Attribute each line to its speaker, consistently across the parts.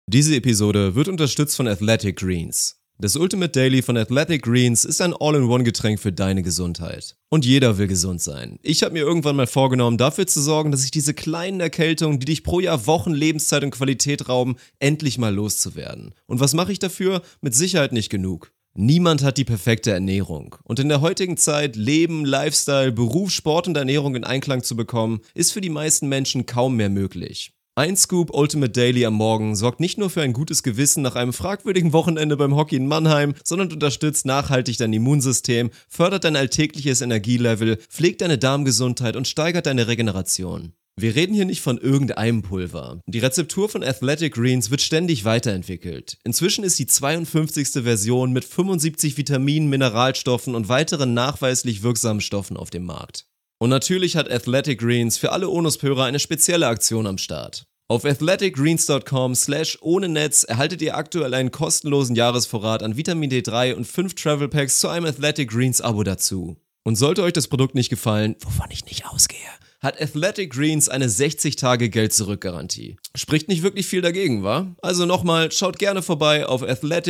Speaker 1: Diese Episode wird unterstützt von Athletic Greens. Das Ultimate Daily von Athletic Greens ist ein All-in-One-Getränk für deine Gesundheit. Und jeder will gesund sein. Ich habe mir irgendwann mal vorgenommen, dafür zu sorgen, dass ich diese kleinen Erkältungen, die dich pro Jahr Wochen Lebenszeit und Qualität rauben, endlich mal loszuwerden. Und was mache ich dafür? Mit Sicherheit nicht genug. Niemand hat die perfekte Ernährung. Und in der heutigen Zeit, Leben, Lifestyle, Beruf, Sport und Ernährung in Einklang zu bekommen, ist für die meisten Menschen kaum mehr möglich. Ein Scoop Ultimate Daily am Morgen sorgt nicht nur für ein gutes Gewissen nach einem fragwürdigen Wochenende beim Hockey in Mannheim, sondern unterstützt nachhaltig dein Immunsystem, fördert dein alltägliches Energielevel, pflegt deine Darmgesundheit und steigert deine Regeneration. Wir reden hier nicht von irgendeinem Pulver. Die Rezeptur von Athletic Greens wird ständig weiterentwickelt. Inzwischen ist die 52. Version mit 75 Vitaminen, Mineralstoffen und weiteren nachweislich wirksamen Stoffen auf dem Markt. Und natürlich hat Athletic Greens für alle Onus-Hörer eine spezielle Aktion am Start. Auf athleticgreens.com/ohne-Netz erhaltet ihr aktuell einen kostenlosen Jahresvorrat an Vitamin D3 und 5 Travel Packs zu einem Athletic Greens Abo dazu. Und sollte euch das Produkt nicht gefallen, wovon ich nicht ausgehe, hat Athletic Greens eine 60-Tage-Geld-Zurück-Garantie. Spricht nicht wirklich viel dagegen, wa? Also nochmal, schaut gerne vorbei auf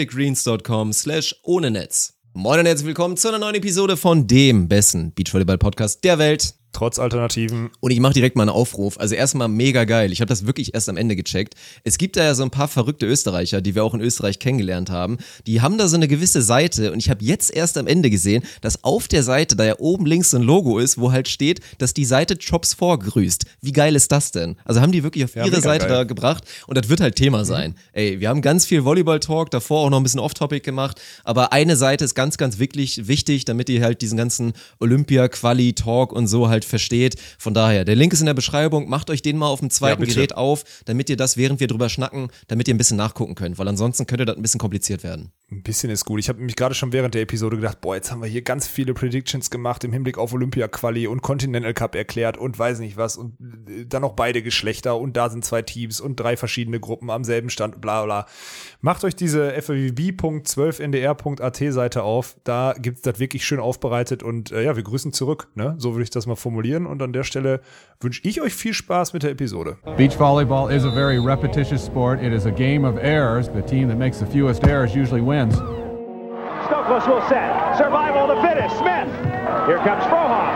Speaker 1: athleticgreens.com/ohne-Netz. Moin und herzlich willkommen zu einer neuen Episode von dem besten Beachvolleyball-Podcast der Welt.
Speaker 2: Trotz Alternativen.
Speaker 1: Und ich mache direkt mal einen Aufruf. Also erstmal mega geil. Ich habe das wirklich erst am Ende gecheckt. Es gibt da ja so ein paar verrückte Österreicher, die wir auch in Österreich kennengelernt haben. Die haben da so eine gewisse Seite und ich habe jetzt erst am Ende gesehen, dass auf der Seite da ja oben links so ein Logo ist, wo halt steht, dass die Seite Chops vorgrüßt. Wie geil ist das denn? Also haben die wirklich auf ihre Seite geil da gebracht und das wird halt Thema sein. Ey, wir haben ganz viel Volleyball-Talk, davor auch noch ein bisschen Off-Topic gemacht, aber eine Seite ist ganz, ganz wirklich wichtig, damit ihr halt diesen ganzen Olympia-Quali-Talk und so halt versteht. Von daher, der Link ist in der Beschreibung, macht euch den mal auf dem zweiten Gerät auf, damit ihr das, während wir drüber schnacken, damit ihr ein bisschen nachgucken könnt, weil ansonsten könnte das ein bisschen kompliziert werden.
Speaker 2: Ein bisschen ist gut. Ich habe mich gerade schon während der Episode gedacht, boah, jetzt haben wir hier ganz viele Predictions gemacht im Hinblick auf Olympia-Quali und Continental Cup erklärt und weiß nicht was und dann noch beide Geschlechter und da sind 2 Teams und 3 verschiedene Gruppen am selben Stand, bla bla. Macht euch diese fwb.12ndr.at Seite auf, da gibt's das wirklich schön aufbereitet und ja, wir grüßen zurück, ne? So würde ich das mal formulieren und an der Stelle wünsche ich euch viel Spaß mit der Episode.
Speaker 3: Beach volleyball is a very repetitious sport. It is a game of errors. The team that makes the fewest errors usually wins.
Speaker 4: Stokos will set. Survival of the fittest. Smith. Here comes Frohoff.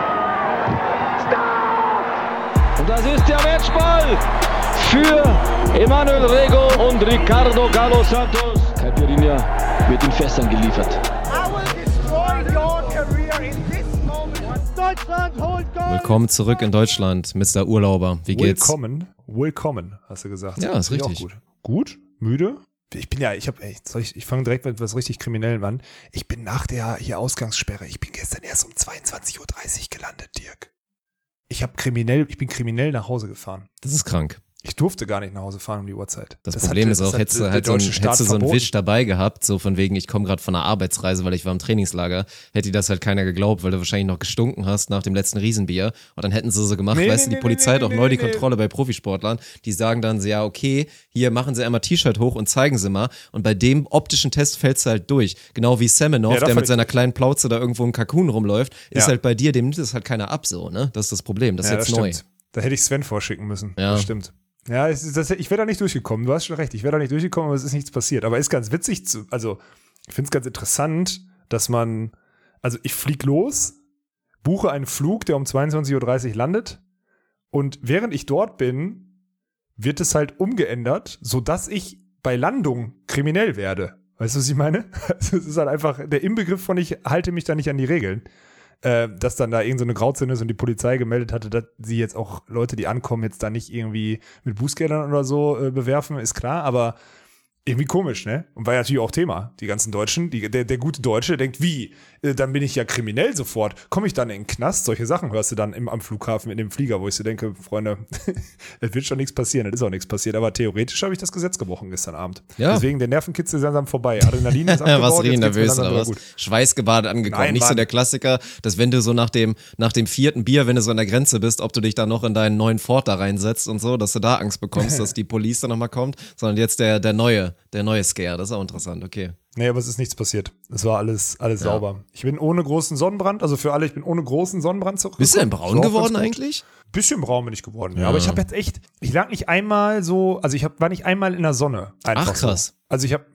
Speaker 4: Stop!
Speaker 5: Und das ist der Matchball für Emanuel Rego und Ricardo Galo Santos. Caipirinha wird in Fässern geliefert.
Speaker 4: I will destroy your career in this moment. Deutschland holt Gold.
Speaker 1: Willkommen zurück in Deutschland, Mr. Urlauber. Wie geht's?
Speaker 2: Willkommen, hast du gesagt.
Speaker 1: Ja, ist richtig.
Speaker 2: Auch gut. Gut? Müde? Ich fange direkt mit was richtig Kriminellem an. Ich bin nach der hier Ausgangssperre, ich bin gestern erst um 22:30 Uhr gelandet, Dirk. Ich bin kriminell nach Hause gefahren.
Speaker 1: Das ist krank.
Speaker 2: Ich durfte gar nicht nach Hause fahren um die Uhrzeit.
Speaker 1: Das Problem ist auch, hättest du so einen Wisch dabei gehabt, so von wegen, ich komme gerade von einer Arbeitsreise, weil ich war im Trainingslager, hätte dir das halt keiner geglaubt, weil du wahrscheinlich noch gestunken hast nach dem letzten Riesenbier und dann hätten sie so gemacht, die Polizei hat auch neu die Kontrolle bei Profisportlern, die sagen dann so, ja okay, hier machen sie einmal T-Shirt hoch und zeigen sie mal und bei dem optischen Test fällst du halt durch, genau wie Semenov, der mit seiner kleinen Plauze da irgendwo im Kalkun rumläuft, ist halt bei dir, dem nimmt es halt keiner ab so, ne, das ist das Problem, das ist jetzt neu.
Speaker 2: Da hätte ich Sven vorschicken müssen,
Speaker 1: ja.
Speaker 2: Das stimmt. Ja, ich wäre da nicht durchgekommen. Du hast schon recht, ich wäre da nicht durchgekommen, aber es ist nichts passiert. Aber ist ganz witzig, ich finde es ganz interessant, dass ich fliege los, buche einen Flug, der um 22:30 Uhr landet und während ich dort bin, wird es halt umgeändert, sodass ich bei Landung kriminell werde. Weißt du, was ich meine? Es ist halt einfach der Inbegriff von ich halte mich da nicht an die Regeln. Dass dann da irgend so eine Grauzone ist und die Polizei gemeldet hatte, dass sie jetzt auch Leute, die ankommen, jetzt da nicht irgendwie mit Bußgeldern oder so bewerfen, ist klar, aber irgendwie komisch, ne? Und war ja natürlich auch Thema. Die ganzen Deutschen, der gute Deutsche denkt, wie? Dann bin ich ja kriminell sofort. Komme ich dann in den Knast? Solche Sachen hörst du dann am Flughafen in dem Flieger, wo ich so denke, Freunde, es wird schon nichts passieren, es ist auch nichts passiert. Aber theoretisch habe ich das Gesetz gebrochen gestern Abend. Ja. Deswegen, der Nervenkitzel ist langsam vorbei. Adrenalin ist abgebaut.
Speaker 1: Was reden nervös oder was? Schweißgebadet angekommen. Nein, nicht so der Klassiker, dass wenn du so nach dem 4. Bier, wenn du so an der Grenze bist, ob du dich dann noch in deinen neuen Ford da reinsetzt und so, dass du da Angst bekommst, dass die Police dann nochmal kommt, sondern jetzt der neue Scare. Das ist auch interessant, okay.
Speaker 2: Nee, aber es ist nichts passiert. Es war alles sauber. Ich bin ohne großen Sonnenbrand, also für alle, ich bin ohne großen Sonnenbrand zurück.
Speaker 1: Bist du denn braun geworden eigentlich?
Speaker 2: Bisschen braun bin ich geworden, ja. Aber ich habe jetzt echt, ich lag nicht einmal so, also war nicht einmal in der Sonne. Einfach
Speaker 1: Ach, krass.
Speaker 2: So. Also ich habe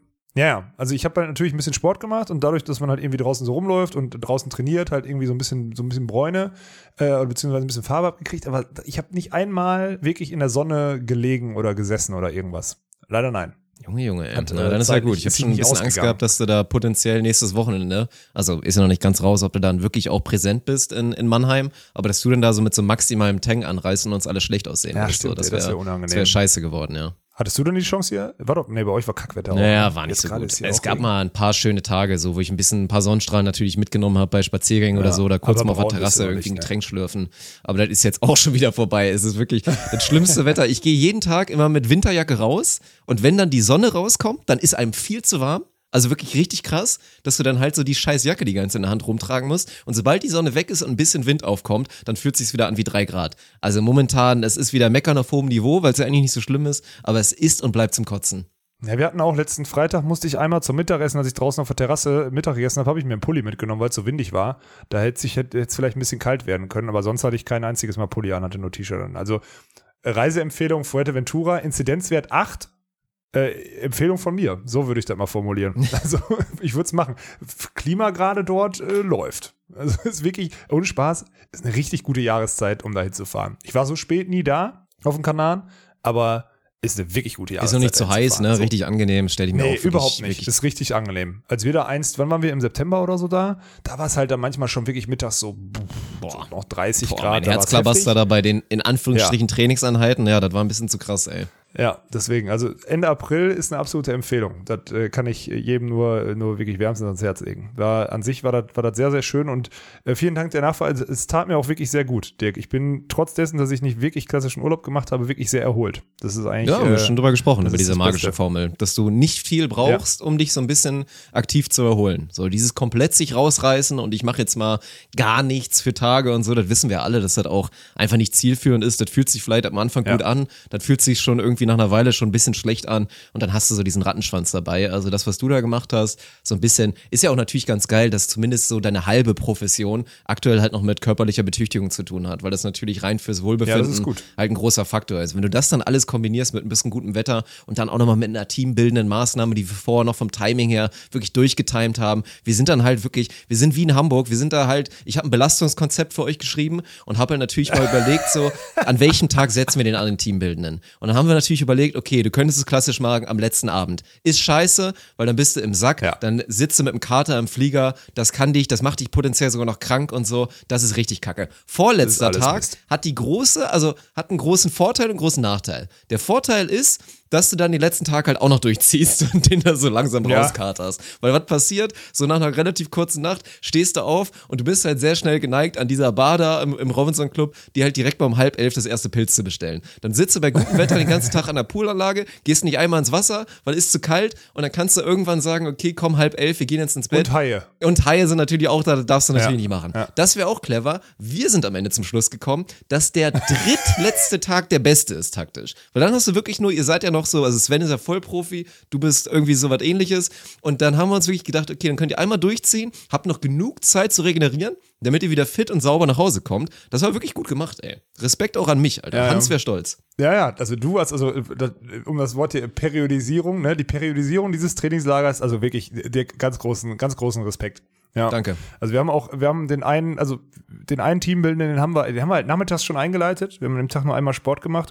Speaker 2: halt natürlich ein bisschen Sport gemacht und dadurch, dass man halt irgendwie draußen so rumläuft und draußen trainiert, halt irgendwie so ein bisschen Bräune beziehungsweise ein bisschen Farbe abgekriegt, aber ich habe nicht einmal wirklich in der Sonne gelegen oder gesessen oder irgendwas. Leider nein.
Speaker 1: Junge, ey. Dann ist ja gut. Ich habe schon ein bisschen Angst gehabt, dass du da potenziell nächstes Wochenende, also ist ja noch nicht ganz raus, ob du dann wirklich auch präsent bist in Mannheim, aber dass du dann da so mit so maximalem Tang anreißt und uns alle schlecht aussehen.
Speaker 2: Ja, stimmt,
Speaker 1: das
Speaker 2: wäre unangenehm.
Speaker 1: Das wäre scheiße geworden, ja.
Speaker 2: Hattest du denn die Chance hier? Nee, bei euch war Kackwetter.
Speaker 1: Naja, war nicht so gut. Es gab mal ein paar schöne Tage, so wo ich ein paar Sonnenstrahlen natürlich mitgenommen habe bei Spaziergängen oder so, oder kurz mal auf der Terrasse irgendwie ein Getränk schlürfen. Aber das ist jetzt auch schon wieder vorbei. Es ist wirklich das schlimmste Wetter. Ich gehe jeden Tag immer mit Winterjacke raus und wenn dann die Sonne rauskommt, dann ist einem viel zu warm. Also wirklich richtig krass, dass du dann halt so die scheiß Jacke die ganze in der Hand rumtragen musst. Und sobald die Sonne weg ist und ein bisschen Wind aufkommt, dann fühlt es sich wieder an wie 3 Grad. Also momentan, es ist wieder Meckern auf hohem Niveau, weil es ja eigentlich nicht so schlimm ist, aber es ist und bleibt zum Kotzen.
Speaker 2: Ja, wir hatten auch letzten Freitag, musste ich einmal zum Mittagessen, als ich draußen auf der Terrasse Mittag gegessen habe, habe ich mir einen Pulli mitgenommen, weil es so windig war. Da hätte es vielleicht ein bisschen kalt werden können, aber sonst hatte ich kein einziges Mal Pulli an, hatte nur T-Shirt an. Also Reiseempfehlung Fuerteventura, Inzidenzwert 8. Empfehlung von mir, so würde ich das mal formulieren. Also ich würde es machen. Klima gerade dort läuft. Also ist wirklich, ohne Spaß, ist eine richtig gute Jahreszeit, um da hinzufahren. Ich war so spät nie da auf dem Kanal, aber ist eine wirklich gute Jahreszeit.
Speaker 1: Ist noch nicht zu heiß, ne? So. Richtig angenehm, stell ich mir auch wirklich,
Speaker 2: überhaupt nicht. Ist richtig angenehm. Als wir da wann waren wir im September oder so da war es halt dann manchmal schon wirklich mittags so, noch 30 Grad.
Speaker 1: Mein Herzklabaster da bei den, in Anführungsstrichen, Trainingseinheiten, ja, das war ein bisschen zu krass, ey.
Speaker 2: Ja, deswegen, also Ende April ist eine absolute Empfehlung. Das kann ich jedem nur wirklich wärmstens ans Herz legen. An sich war das sehr, sehr schön und vielen Dank der Nachfrage. Also, es tat mir auch wirklich sehr gut, Dirk. Ich bin trotz dessen, dass ich nicht wirklich klassischen Urlaub gemacht habe, wirklich sehr erholt. Das ist eigentlich.
Speaker 1: Ja, wir haben schon drüber gesprochen, über diese magische Formel, dass du nicht viel brauchst, um dich so ein bisschen aktiv zu erholen. So dieses komplett sich rausreißen und ich mache jetzt mal gar nichts für Tage und so, das wissen wir alle, dass das auch einfach nicht zielführend ist. Das fühlt sich vielleicht am Anfang gut an, das fühlt sich schon irgendwie nach einer Weile schon ein bisschen schlecht an und dann hast du so diesen Rattenschwanz dabei. Also das, was du da gemacht hast, so ein bisschen, ist ja auch natürlich ganz geil, dass zumindest so deine halbe Profession aktuell halt noch mit körperlicher Betüchtigung zu tun hat, weil das natürlich rein fürs Wohlbefinden halt ein großer Faktor ist. Wenn du das dann alles kombinierst mit ein bisschen gutem Wetter und dann auch nochmal mit einer teambildenden Maßnahme, die wir vorher noch vom Timing her wirklich durchgetimed haben, wir sind dann halt wirklich, wir sind wie in Hamburg, wir sind da halt, ich habe ein Belastungskonzept für euch geschrieben und habe halt natürlich mal überlegt, so, an welchem Tag setzen wir den an den Teambildenden? Und dann haben wir natürlich überlegt, okay, du könntest es klassisch machen am letzten Abend. Ist scheiße, weil dann bist du im Sack, dann sitzt du mit dem Kater im Flieger, das macht dich potenziell sogar noch krank und so, das ist richtig kacke. Vorletzter Tag hat hat einen großen Vorteil und einen großen Nachteil. Der Vorteil ist, dass du dann den letzten Tag halt auch noch durchziehst und den da so langsam rauskaterst. Weil was passiert, so nach einer relativ kurzen Nacht stehst du auf und du bist halt sehr schnell geneigt, an dieser Bar da im Robinson Club, die halt direkt mal um 10:30 das erste Pilz zu bestellen. Dann sitzt du bei gutem Wetter den ganzen Tag an der Poolanlage, gehst nicht einmal ins Wasser, weil es ist zu kalt und dann kannst du irgendwann sagen, okay, komm, 10:30, wir gehen jetzt ins Bett. Und Haie sind natürlich auch da, das darfst du natürlich nicht machen. Ja. Das wäre auch clever. Wir sind am Ende zum Schluss gekommen, dass der drittletzte Tag der beste ist taktisch. Weil dann hast du wirklich nur, ihr seid ja noch so, also Sven ist ja Vollprofi, du bist irgendwie so was Ähnliches und dann haben wir uns wirklich gedacht, okay, dann könnt ihr einmal durchziehen, habt noch genug Zeit zu regenerieren, damit ihr wieder fit und sauber nach Hause kommt. Das war wirklich gut gemacht, ey. Respekt auch an mich, Alter. Hans wäre stolz.
Speaker 2: Ja, also du hast, um das Wort hier Periodisierung, ne, die Periodisierung dieses Trainingslagers, also wirklich dir ganz großen Respekt. Ja.
Speaker 1: Danke.
Speaker 2: Also wir haben den einen Teambildenden, den haben wir halt nachmittags schon eingeleitet. Wir haben an dem Tag nur einmal Sport gemacht.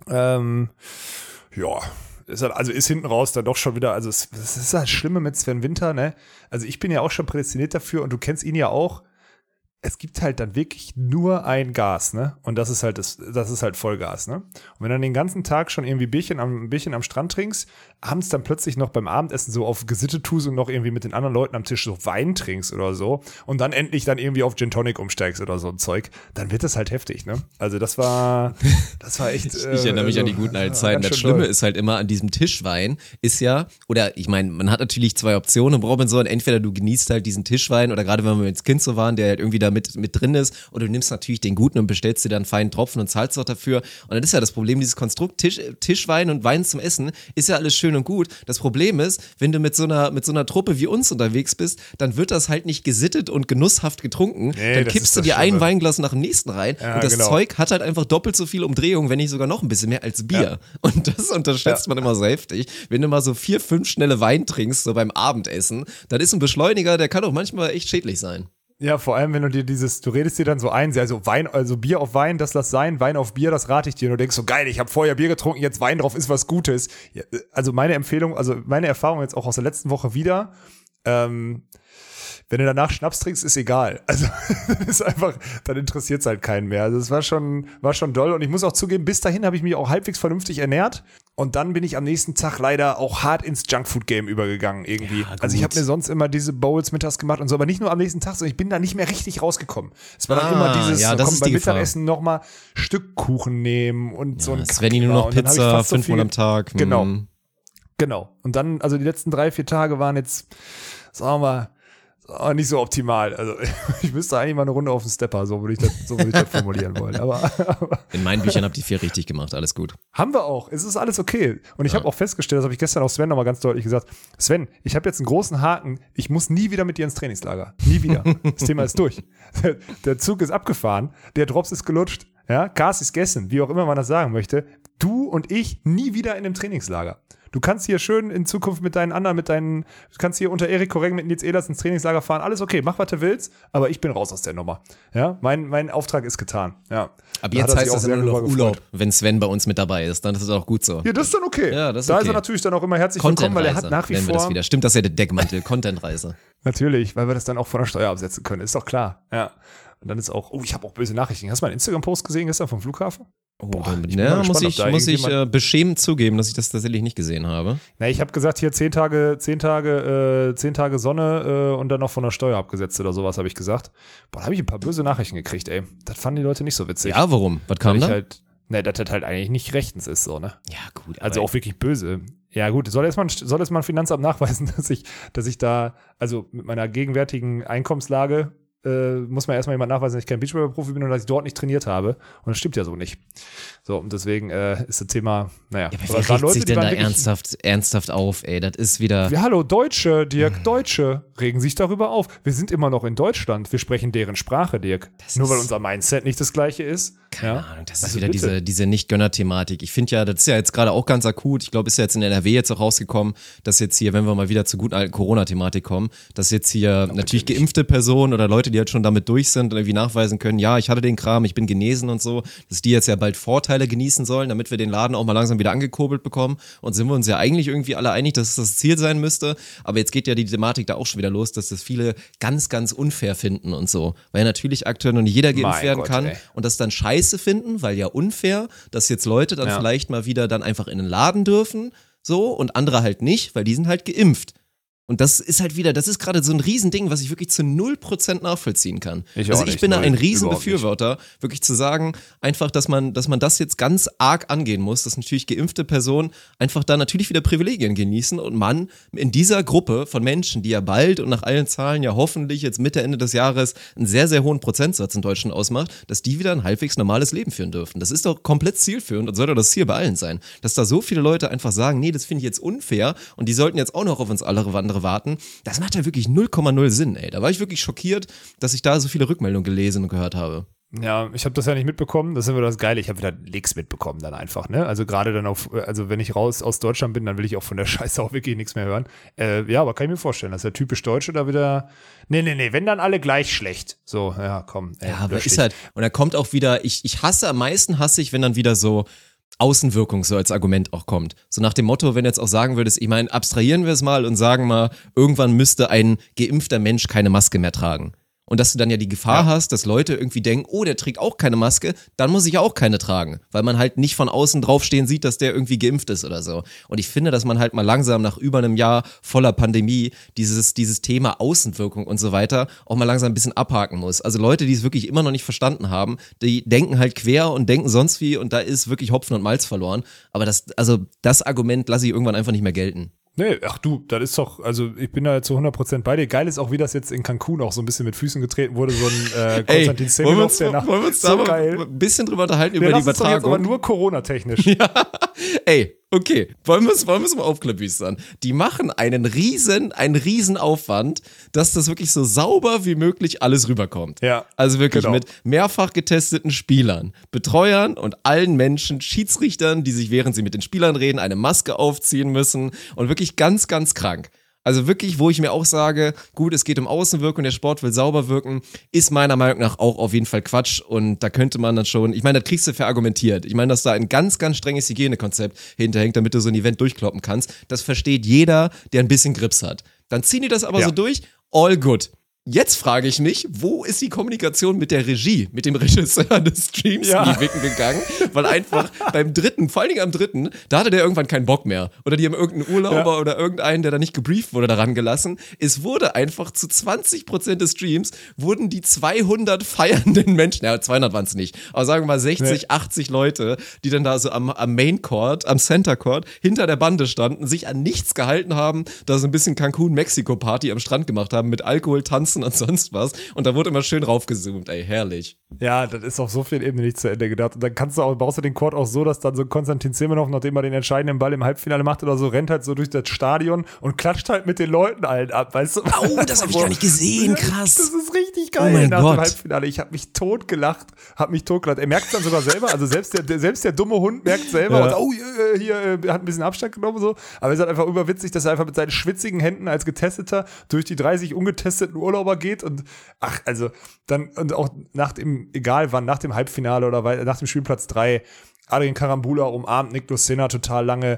Speaker 2: Ist hinten raus dann doch schon wieder, also es ist halt das Schlimme mit Sven Winter, ne? Also ich bin ja auch schon prädestiniert dafür und du kennst ihn ja auch. Es gibt halt dann wirklich nur ein Gas, ne? Und das ist halt Vollgas, ne? Und wenn du dann den ganzen Tag schon irgendwie ein Bierchen am Strand trinkst, abends dann plötzlich noch beim Abendessen so auf Gesittet tust und noch irgendwie mit den anderen Leuten am Tisch so Wein trinkst oder so und dann endlich dann irgendwie auf Gin Tonic umsteigst oder so ein Zeug, dann wird das halt heftig, ne? Also das war echt.
Speaker 1: Ich erinnere mich an die guten alten Zeiten. Das Schlimme ist halt immer an diesem Tischwein ist ja, oder ich meine, man hat natürlich 2 Optionen im Robinson. Entweder du genießt halt diesen Tischwein oder gerade wenn wir ins Kind so waren, der halt irgendwie da mit drin ist und du nimmst natürlich den guten und bestellst dir dann einen feinen Tropfen und zahlst auch dafür und dann ist ja das Problem, dieses Konstrukt Tischwein und Wein zum Essen ist ja alles schön und gut. Das Problem ist, wenn du mit so einer Truppe wie uns unterwegs bist, dann wird das halt nicht gesittet und genusshaft getrunken.
Speaker 2: Nee,
Speaker 1: dann kippst du dir ein Weinglas nach dem nächsten rein und das Zeug hat halt einfach doppelt so viel Umdrehung, wenn nicht sogar noch ein bisschen mehr als Bier. Ja. Und das unterschätzt man immer so heftig. Wenn du mal so 4, 5 schnelle Wein trinkst, so beim Abendessen, dann ist ein Beschleuniger, der kann auch manchmal echt schädlich sein.
Speaker 2: Ja, vor allem, wenn du du redest dir dann so ein, also Wein, also Bier auf Wein, das lass sein, Wein auf Bier, das rate ich dir. Und du denkst so, geil, ich habe vorher Bier getrunken, jetzt Wein drauf, ist was Gutes. Ja, also meine Erfahrung jetzt auch aus der letzten Woche wieder, wenn du danach Schnaps trinkst, ist egal. Also ist einfach, dann interessiert es halt keinen mehr. Also es war schon doll und ich muss auch zugeben, bis dahin habe ich mich auch halbwegs vernünftig ernährt und dann bin ich am nächsten Tag leider auch hart ins Junkfood-Game übergegangen irgendwie. Ja, also ich habe mir sonst immer diese Bowls mittags gemacht und so, aber nicht nur am nächsten Tag, sondern ich bin da nicht mehr richtig rausgekommen. Es war dann immer dieses, beim Mittagessen nochmal Stück Kuchen nehmen und so ein
Speaker 1: Svenny nur noch Pizza, 5-mal am Tag.
Speaker 2: Genau. Und dann, also die letzten 3-4 Tage waren jetzt, sagen wir mal, nicht so optimal. Also ich müsste eigentlich mal eine Runde auf den Stepper, so würde ich das formulieren wollen. Aber
Speaker 1: in meinen Büchern habt ihr 4 richtig gemacht, alles gut.
Speaker 2: Haben wir auch. Es ist alles okay. Und ich habe auch festgestellt, das habe ich gestern auch Sven nochmal ganz deutlich gesagt, Sven, ich habe jetzt einen großen Haken, ich muss nie wieder mit dir ins Trainingslager. Nie wieder. Das Thema ist durch. Der Zug ist abgefahren, der Drops ist gelutscht, ja, Gas ist gegessen, wie auch immer man das sagen möchte. Du und ich nie wieder in einem Trainingslager. Du kannst hier schön in Zukunft du kannst hier unter Erik Koreng mit Nils Ehlers ins Trainingslager fahren, alles okay, mach was du willst, aber ich bin raus aus der Nummer. Ja, mein Auftrag ist getan. Ja.
Speaker 1: Aber jetzt heißt das ja nur noch Urlaub, wenn Sven bei uns mit dabei ist, dann ist das auch gut so.
Speaker 2: Ja, das ist dann okay.
Speaker 1: Ja, das ist
Speaker 2: da
Speaker 1: okay.
Speaker 2: ist er natürlich dann auch immer herzlich willkommen, weil er hat nach wie vor...
Speaker 1: Das wieder. Stimmt, das ist ja der Deckmantel, Content-Reise.
Speaker 2: Natürlich, weil wir das dann auch von der Steuer absetzen können, ist doch klar. Ja. Und dann ist auch, ich habe auch böse Nachrichten. Hast du meinen Instagram-Post gesehen gestern vom Flughafen?
Speaker 1: Muss ich beschämend zugeben, dass ich das tatsächlich nicht gesehen habe.
Speaker 2: Na, ich habe gesagt, hier 10 Tage Sonne und dann noch von der Steuer abgesetzt oder sowas, habe ich gesagt. Da habe ich ein paar böse Nachrichten gekriegt, ey. Das fanden die Leute nicht so witzig.
Speaker 1: Ja, warum? Was kam da?
Speaker 2: Dass das halt eigentlich nicht rechtens ist, so, ne?
Speaker 1: Ja, gut.
Speaker 2: Also auch wirklich böse. Ja, gut, soll jetzt mal ein Finanzamt nachweisen, dass ich da, also mit meiner gegenwärtigen Einkommenslage, muss man erstmal jemand nachweisen, dass ich kein Beachvolleyball-Profi bin und dass ich dort nicht trainiert habe. Und das stimmt ja so nicht. So, und deswegen ist das Thema, naja.
Speaker 1: Ja, aber wer regt sich denn da ernsthaft auf, ey? Das ist wieder...
Speaker 2: Ja, hallo, Deutsche, Dirk, Deutsche regen sich darüber auf. Wir sind immer noch in Deutschland. Wir sprechen deren Sprache, Dirk. Nur weil unser Mindset nicht das gleiche ist.
Speaker 1: Keine Ahnung, das ist wieder diese Nicht-Gönner-Thematik. Ich finde ja, das ist ja jetzt gerade auch ganz akut. Ich glaube, ist ja jetzt in NRW jetzt auch rausgekommen, dass jetzt hier, wenn wir mal wieder zur guten alten Corona-Thematik kommen, dass jetzt hier natürlich geimpfte Personen oder Leute, die halt schon damit durch sind und irgendwie nachweisen können, ja, ich hatte den Kram, ich bin genesen und so, dass die jetzt ja bald Vorteile genießen sollen, damit wir den Laden auch mal langsam wieder angekurbelt bekommen. Und sind wir uns ja eigentlich irgendwie alle einig, dass es das Ziel sein müsste. Aber jetzt geht ja die Thematik da auch schon wieder los, dass das viele ganz, ganz unfair finden und so. Weil natürlich aktuell noch nicht jeder geimpft werden kann und das dann scheiße finden, weil ja unfair, dass jetzt Leute dann vielleicht mal wieder dann einfach in den Laden dürfen, so, und andere halt nicht, weil die sind halt geimpft. Und das ist halt wieder, das ist gerade so ein Riesending, was ich wirklich zu 0% nachvollziehen kann. Ich bin da ein Riesenbefürworter, wirklich zu sagen, einfach, dass man das jetzt ganz arg angehen muss, dass natürlich geimpfte Personen einfach da natürlich wieder Privilegien genießen und man in dieser Gruppe von Menschen, die ja bald und nach allen Zahlen ja hoffentlich jetzt Mitte, Ende des Jahres einen sehr, sehr hohen Prozentsatz in Deutschland ausmacht, dass die wieder ein halbwegs normales Leben führen dürfen. Das ist doch komplett zielführend und sollte das Ziel bei allen sein. Dass da so viele Leute einfach sagen, nee, das finde ich jetzt unfair und die sollten jetzt auch noch auf uns alle warten, das macht ja wirklich 0,0 Sinn, ey. Da war ich wirklich schockiert, dass ich da so viele Rückmeldungen gelesen und gehört habe.
Speaker 2: Ja, ich habe das ja nicht mitbekommen, das ist immer das Geile, ich habe wieder nichts mitbekommen dann einfach, ne? Also gerade dann also wenn ich raus aus Deutschland bin, dann will ich auch von der Scheiße auch wirklich nichts mehr hören. Ja, aber kann ich mir vorstellen, dass der typisch Deutsche da wieder, nee, wenn dann alle gleich schlecht. So, ja, komm.
Speaker 1: Ja, aber ist halt, und da kommt auch wieder, am meisten hasse ich, wenn dann wieder so Außenwirkung so als Argument auch kommt. So nach dem Motto, wenn du jetzt auch sagen würdest, ich meine, abstrahieren wir es mal und sagen mal, irgendwann müsste ein geimpfter Mensch keine Maske mehr tragen. Und dass du dann ja die Gefahr hast, dass Leute irgendwie denken, oh, der trägt auch keine Maske, dann muss ich ja auch keine tragen. Weil man halt nicht von außen draufstehen sieht, dass der irgendwie geimpft ist oder so. Und ich finde, dass man halt mal langsam nach über einem Jahr voller Pandemie dieses Thema Außenwirkung und so weiter auch mal langsam ein bisschen abhaken muss. Also Leute, die es wirklich immer noch nicht verstanden haben, die denken halt quer und denken sonst wie und da ist wirklich Hopfen und Malz verloren. Aber das Argument lasse ich irgendwann einfach nicht mehr gelten.
Speaker 2: Nee, ach du, das ist doch, also ich bin da zu 100% bei dir. Geil ist auch, wie das jetzt in Cancun auch so ein bisschen mit Füßen getreten wurde, so ein Konstantin Semmelov, der nach...
Speaker 1: Wollen wir uns da mal ein bisschen drüber unterhalten, über die Übertragung?
Speaker 2: Jetzt aber nur Corona-technisch.
Speaker 1: Ja, ey, okay, wollen wir es mal aufklabüstern. Die machen einen riesen Aufwand, dass das wirklich so sauber wie möglich alles rüberkommt.
Speaker 2: Ja,
Speaker 1: also wirklich
Speaker 2: genau.
Speaker 1: mit mehrfach getesteten Spielern, Betreuern und allen Menschen, Schiedsrichtern, die sich, während sie mit den Spielern reden, eine Maske aufziehen müssen und wirklich ganz, ganz krank. Also wirklich, wo ich mir auch sage, gut, es geht um Außenwirkung, der Sport will sauber wirken, ist meiner Meinung nach auch auf jeden Fall Quatsch und da könnte man dann schon, ich meine, das kriegst du verargumentiert. Ich meine, dass da ein ganz, ganz strenges Hygienekonzept hinterhängt, damit du so ein Event durchkloppen kannst. Das versteht jeder, der ein bisschen Grips hat. Dann ziehen die das aber so durch, all good. Jetzt frage ich mich, wo ist die Kommunikation mit der Regie, mit dem Regisseur des Streams in die Wicken gegangen? Weil einfach beim dritten, vor allen Dingen am dritten, da hatte der irgendwann keinen Bock mehr. Oder die haben irgendeinen Urlauber oder irgendeinen, der da nicht gebrieft wurde, daran gelassen. Es wurde einfach zu 20% des Streams, wurden die 200 feiernden Menschen, ja 200 waren es nicht, aber sagen wir mal 60, 80 Leute, die dann da so am Main Court, am Center Court, hinter der Bande standen, sich an nichts gehalten haben, da so ein bisschen Cancun-Mexiko-Party am Strand gemacht haben, mit Alkohol, Tanzen und sonst was. Und da wurde immer schön raufgezoomt, ey, herrlich.
Speaker 2: Ja, das ist auf so vielen Ebenen nicht zu Ende gedacht. Und dann baust du den Court auch so, dass dann so Konstantin Semmelov, nachdem er den entscheidenden Ball im Halbfinale macht oder so, rennt halt so durch das Stadion und klatscht halt mit den Leuten allen ab, weißt du?
Speaker 1: Oh, das habe ich gar nicht gesehen, krass.
Speaker 2: Das ist richtig geil
Speaker 1: mein
Speaker 2: nach
Speaker 1: Gott.
Speaker 2: dem Halbfinale. Ich habe mich totgelacht. Er merkt es dann sogar selber, also selbst der dumme Hund merkt selber, und, hat ein bisschen Abstand genommen so, aber es ist halt einfach überwitzig, dass er einfach mit seinen schwitzigen Händen als Getesteter durch die 30 ungetesteten Urlauber geht und und auch egal wann, nach dem Halbfinale oder nach dem Spielplatz 3, Adrian Karambula umarmt Nick Lucena total lange.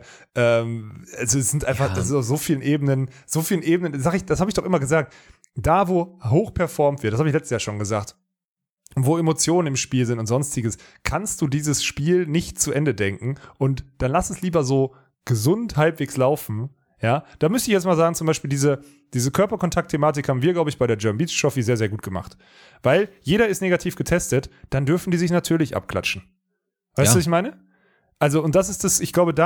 Speaker 2: Also es sind einfach auf so vielen Ebenen, das habe ich doch immer gesagt, da wo hoch performt wird, das habe ich letztes Jahr schon gesagt, wo Emotionen im Spiel sind und sonstiges, kannst du dieses Spiel nicht zu Ende denken und dann lass es lieber so gesund halbwegs laufen. Ja, da müsste ich jetzt mal sagen, zum Beispiel diese Körperkontakt-Thematik haben wir, glaube ich, bei der German Beach Trophy sehr, sehr gut gemacht. Weil jeder ist negativ getestet, dann dürfen die sich natürlich abklatschen. Weißt du, was ich meine? Also, und das ist das, ich glaube,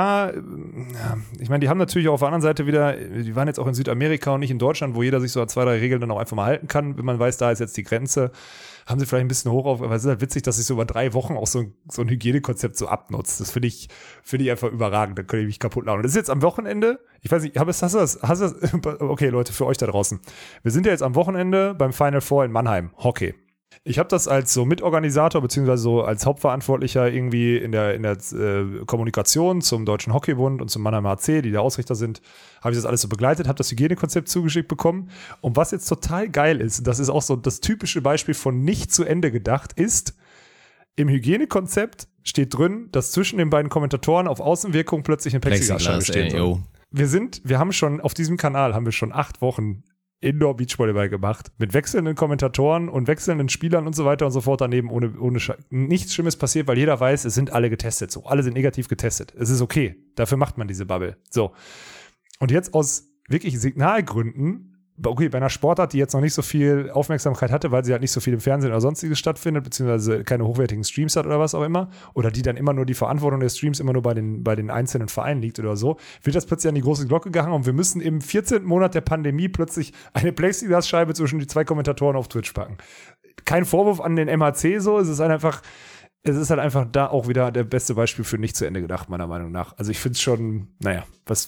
Speaker 2: ich meine, die haben natürlich auch auf der anderen Seite wieder, die waren jetzt auch in Südamerika und nicht in Deutschland, wo jeder sich so an 2, 3 Regeln dann auch einfach mal halten kann, wenn man weiß, da ist jetzt die Grenze. Haben sie vielleicht ein bisschen hoch auf, aber es ist halt witzig, dass sich so über 3 Wochen auch so ein Hygienekonzept so abnutzt. Das finde ich einfach überragend. Da könnte ich mich kaputt lachen. Und das ist jetzt am Wochenende. Ich weiß nicht, hast du das? Okay, Leute, für euch da draußen. Wir sind ja jetzt am Wochenende beim Final Four in Mannheim. Hockey. Ich habe das als so Mitorganisator beziehungsweise so als Hauptverantwortlicher irgendwie in der Kommunikation zum Deutschen Hockeybund und zum Mannheimer HC, die der Ausrichter sind, habe ich das alles so begleitet, habe das Hygienekonzept zugeschickt bekommen. Und was jetzt total geil ist, das ist auch so das typische Beispiel von nicht zu Ende gedacht, ist, im Hygienekonzept steht drin, dass zwischen den beiden Kommentatoren auf Außenwirkung plötzlich eine Plexiglasscheibe stehen soll. Wir haben schon auf diesem Kanal 8 Wochen Indoor-Beachvolleyball gemacht, mit wechselnden Kommentatoren und wechselnden Spielern und so weiter und so fort daneben, ohne nichts Schlimmes passiert, weil jeder weiß, es sind alle getestet, so, alle sind negativ getestet. Es ist okay, dafür macht man diese Bubble. So. Und jetzt aus wirklich Signalgründen, okay, bei einer Sportart, die jetzt noch nicht so viel Aufmerksamkeit hatte, weil sie halt nicht so viel im Fernsehen oder sonstiges stattfindet, beziehungsweise keine hochwertigen Streams hat oder was auch immer, oder die dann immer nur die Verantwortung der Streams immer nur bei den einzelnen Vereinen liegt oder so, wird das plötzlich an die große Glocke gehangen und wir müssen im 14. Monat der Pandemie plötzlich eine Plexiglasscheibe zwischen die 2 Kommentatoren auf Twitch packen. Kein Vorwurf an den MHC so, es ist halt einfach da auch wieder der beste Beispiel für nicht zu Ende gedacht, meiner Meinung nach. Also ich finde es schon, naja, was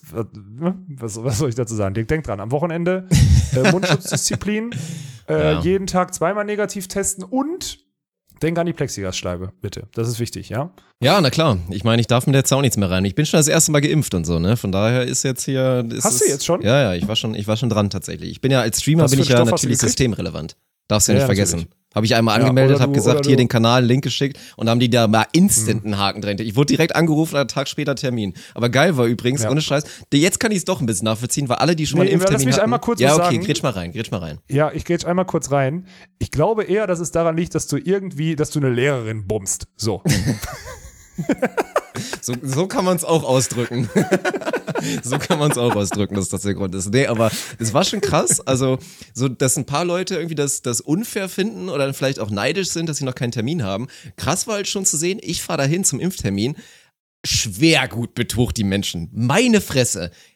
Speaker 2: soll ich dazu sagen? Denkt dran, am Wochenende Mundschutzdisziplin, jeden Tag 2-mal negativ testen und denk an die Plexiglasscheibe, bitte. Das ist wichtig, ja?
Speaker 1: Ja, na klar. Ich meine, ich darf mit der jetzt auch nichts mehr rein. Ich bin schon das erste Mal geimpft und so, ne? Von daher ist jetzt hier...
Speaker 2: Hast du jetzt schon?
Speaker 1: Ja, ich war schon dran tatsächlich. Ich bin ja als Streamer natürlich systemrelevant. Darfst du ja nicht vergessen.
Speaker 2: Natürlich.
Speaker 1: Habe ich einmal angemeldet, habe gesagt, hier den Kanal, Link geschickt und haben die da mal instant einen Haken drin. Ich wurde direkt angerufen, einen Tag später Termin. Aber geil war übrigens, ohne Scheiß, jetzt kann ich es doch ein bisschen nachvollziehen, weil alle, die schon mal einen Impftermin hatten.
Speaker 2: Einmal kurz
Speaker 1: okay, grätsch mal rein.
Speaker 2: Ja, ich grätsch einmal kurz rein. Ich glaube eher, dass es daran liegt, dass du eine Lehrerin bummst. So.
Speaker 1: So kann man es auch ausdrücken. Dass das der Grund ist. Nee, aber es war schon krass. Also, so, dass ein paar Leute irgendwie das unfair finden oder dann vielleicht auch neidisch sind, dass sie noch keinen Termin haben. Krass war halt schon zu sehen, ich fahre dahin zum Impftermin. Schwer gut betucht die Menschen. Meine Fresse.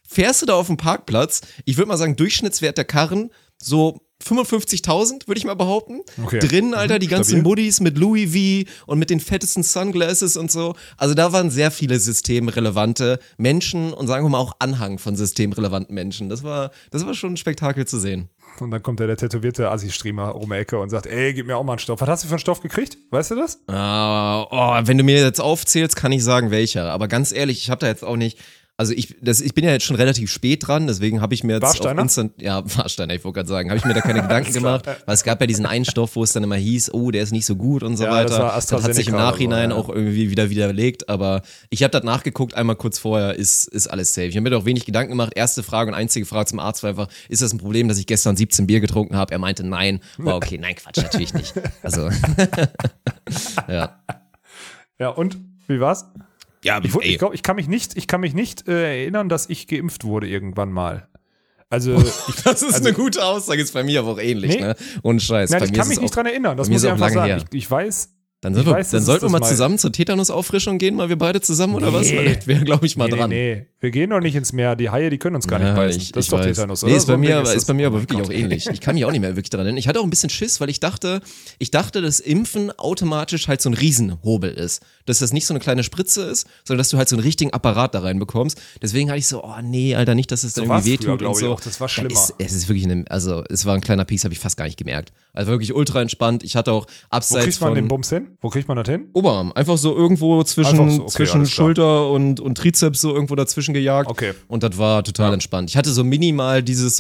Speaker 1: fährst du da auf dem Parkplatz, ich würde mal sagen, Durchschnittswert der Karren so 55.000, würde ich mal behaupten.
Speaker 2: Okay.
Speaker 1: Drin, Alter, die ganzen
Speaker 2: stabil.
Speaker 1: Muddies mit Louis V und mit den fettesten Sunglasses und so. Also da waren sehr viele systemrelevante Menschen und sagen wir mal auch Anhang von systemrelevanten Menschen. Das war schon ein Spektakel zu sehen.
Speaker 2: Und dann kommt der tätowierte Assi-Streamer um die Ecke und sagt, ey, gib mir auch mal einen Stoff. Was hast du für einen Stoff gekriegt? Weißt du das?
Speaker 1: Wenn du mir jetzt aufzählst, kann ich sagen, welcher. Aber ganz ehrlich, ich habe da jetzt auch nicht... Also ich bin ja jetzt schon relativ spät dran, deswegen habe ich mir jetzt
Speaker 2: Warsteiner?
Speaker 1: auf Instant, Warsteiner, ich wollte gerade sagen, habe ich mir da keine Gedanken gemacht, weil es gab ja diesen einen Stoff, wo es dann immer hieß, oh, der ist nicht so gut und so
Speaker 2: Ja,
Speaker 1: weiter.
Speaker 2: das war
Speaker 1: Das hat sich im
Speaker 2: AstraZeneca
Speaker 1: Nachhinein
Speaker 2: oder so,
Speaker 1: auch irgendwie wieder widerlegt, aber ich habe das nachgeguckt, einmal kurz vorher, ist alles safe. Ich habe mir da auch wenig Gedanken gemacht. Erste Frage und einzige Frage zum Arzt war einfach, ist das ein Problem, dass ich gestern 17 Bier getrunken habe? Er meinte, nein. War okay, nein, Quatsch, natürlich nicht. Also, ja.
Speaker 2: Ja, und? Wie war's?
Speaker 1: Ja,
Speaker 2: Ich glaube, ich kann mich nicht erinnern, dass ich geimpft wurde irgendwann mal. Also,
Speaker 1: das ist eine gute Aussage, ist bei mir aber auch ähnlich,
Speaker 2: Nee.
Speaker 1: ne? Ohne Scheiß.
Speaker 2: nein,
Speaker 1: Bei
Speaker 2: ich
Speaker 1: mir
Speaker 2: kann
Speaker 1: ist
Speaker 2: mich
Speaker 1: es
Speaker 2: nicht
Speaker 1: auch,
Speaker 2: dran erinnern, das
Speaker 1: bei mir
Speaker 2: muss
Speaker 1: ist
Speaker 2: ich
Speaker 1: auch
Speaker 2: einfach
Speaker 1: lange
Speaker 2: sagen.
Speaker 1: her.
Speaker 2: Ich weiß.
Speaker 1: Dann
Speaker 2: Ich weiß,
Speaker 1: sollten
Speaker 2: dass
Speaker 1: wir mal
Speaker 2: das
Speaker 1: zusammen zur Tetanusauffrischung gehen, mal wir beide zusammen oder was?
Speaker 2: Nee.
Speaker 1: Weil das wäre, glaube ich, mal dran.
Speaker 2: Nee, wir gehen doch nicht ins Meer. Die Haie, die können uns gar nicht beißen. Das ist doch
Speaker 1: weiß.
Speaker 2: Tetanus,
Speaker 1: Nee,
Speaker 2: oder?
Speaker 1: ist bei
Speaker 2: So ein
Speaker 1: mir,
Speaker 2: Ding
Speaker 1: aber,
Speaker 2: das.
Speaker 1: ist bei mir aber
Speaker 2: Oh
Speaker 1: wirklich
Speaker 2: Gott.
Speaker 1: auch ähnlich. Ich kann mich auch nicht mehr wirklich daran erinnern. Ich hatte auch ein bisschen Schiss, weil ich dachte, dass Impfen automatisch halt so ein Riesenhobel ist. Dass das nicht so eine kleine Spritze ist, sondern dass du halt so einen richtigen Apparat da reinbekommst. Deswegen hatte ich so, oh nee, Alter, nicht, dass es dann
Speaker 2: So war's
Speaker 1: irgendwie
Speaker 2: früher,
Speaker 1: wehtut und
Speaker 2: glaub ich
Speaker 1: so.
Speaker 2: auch. Das war schlimmer.
Speaker 1: Es ist wirklich es war ein kleiner Piece, habe ich fast gar nicht gemerkt. Also wirklich ultra entspannt. Ich hatte auch
Speaker 2: Wo
Speaker 1: abseits
Speaker 2: kriegt man
Speaker 1: von
Speaker 2: den Bums hin? Wo kriegt man das hin?
Speaker 1: Oberarm. Einfach so irgendwo zwischen
Speaker 2: Einfach so, okay, alles klar.
Speaker 1: Schulter und Trizeps so irgendwo dazwischen gejagt.
Speaker 2: Okay.
Speaker 1: Und das war total entspannt. Ich hatte so minimal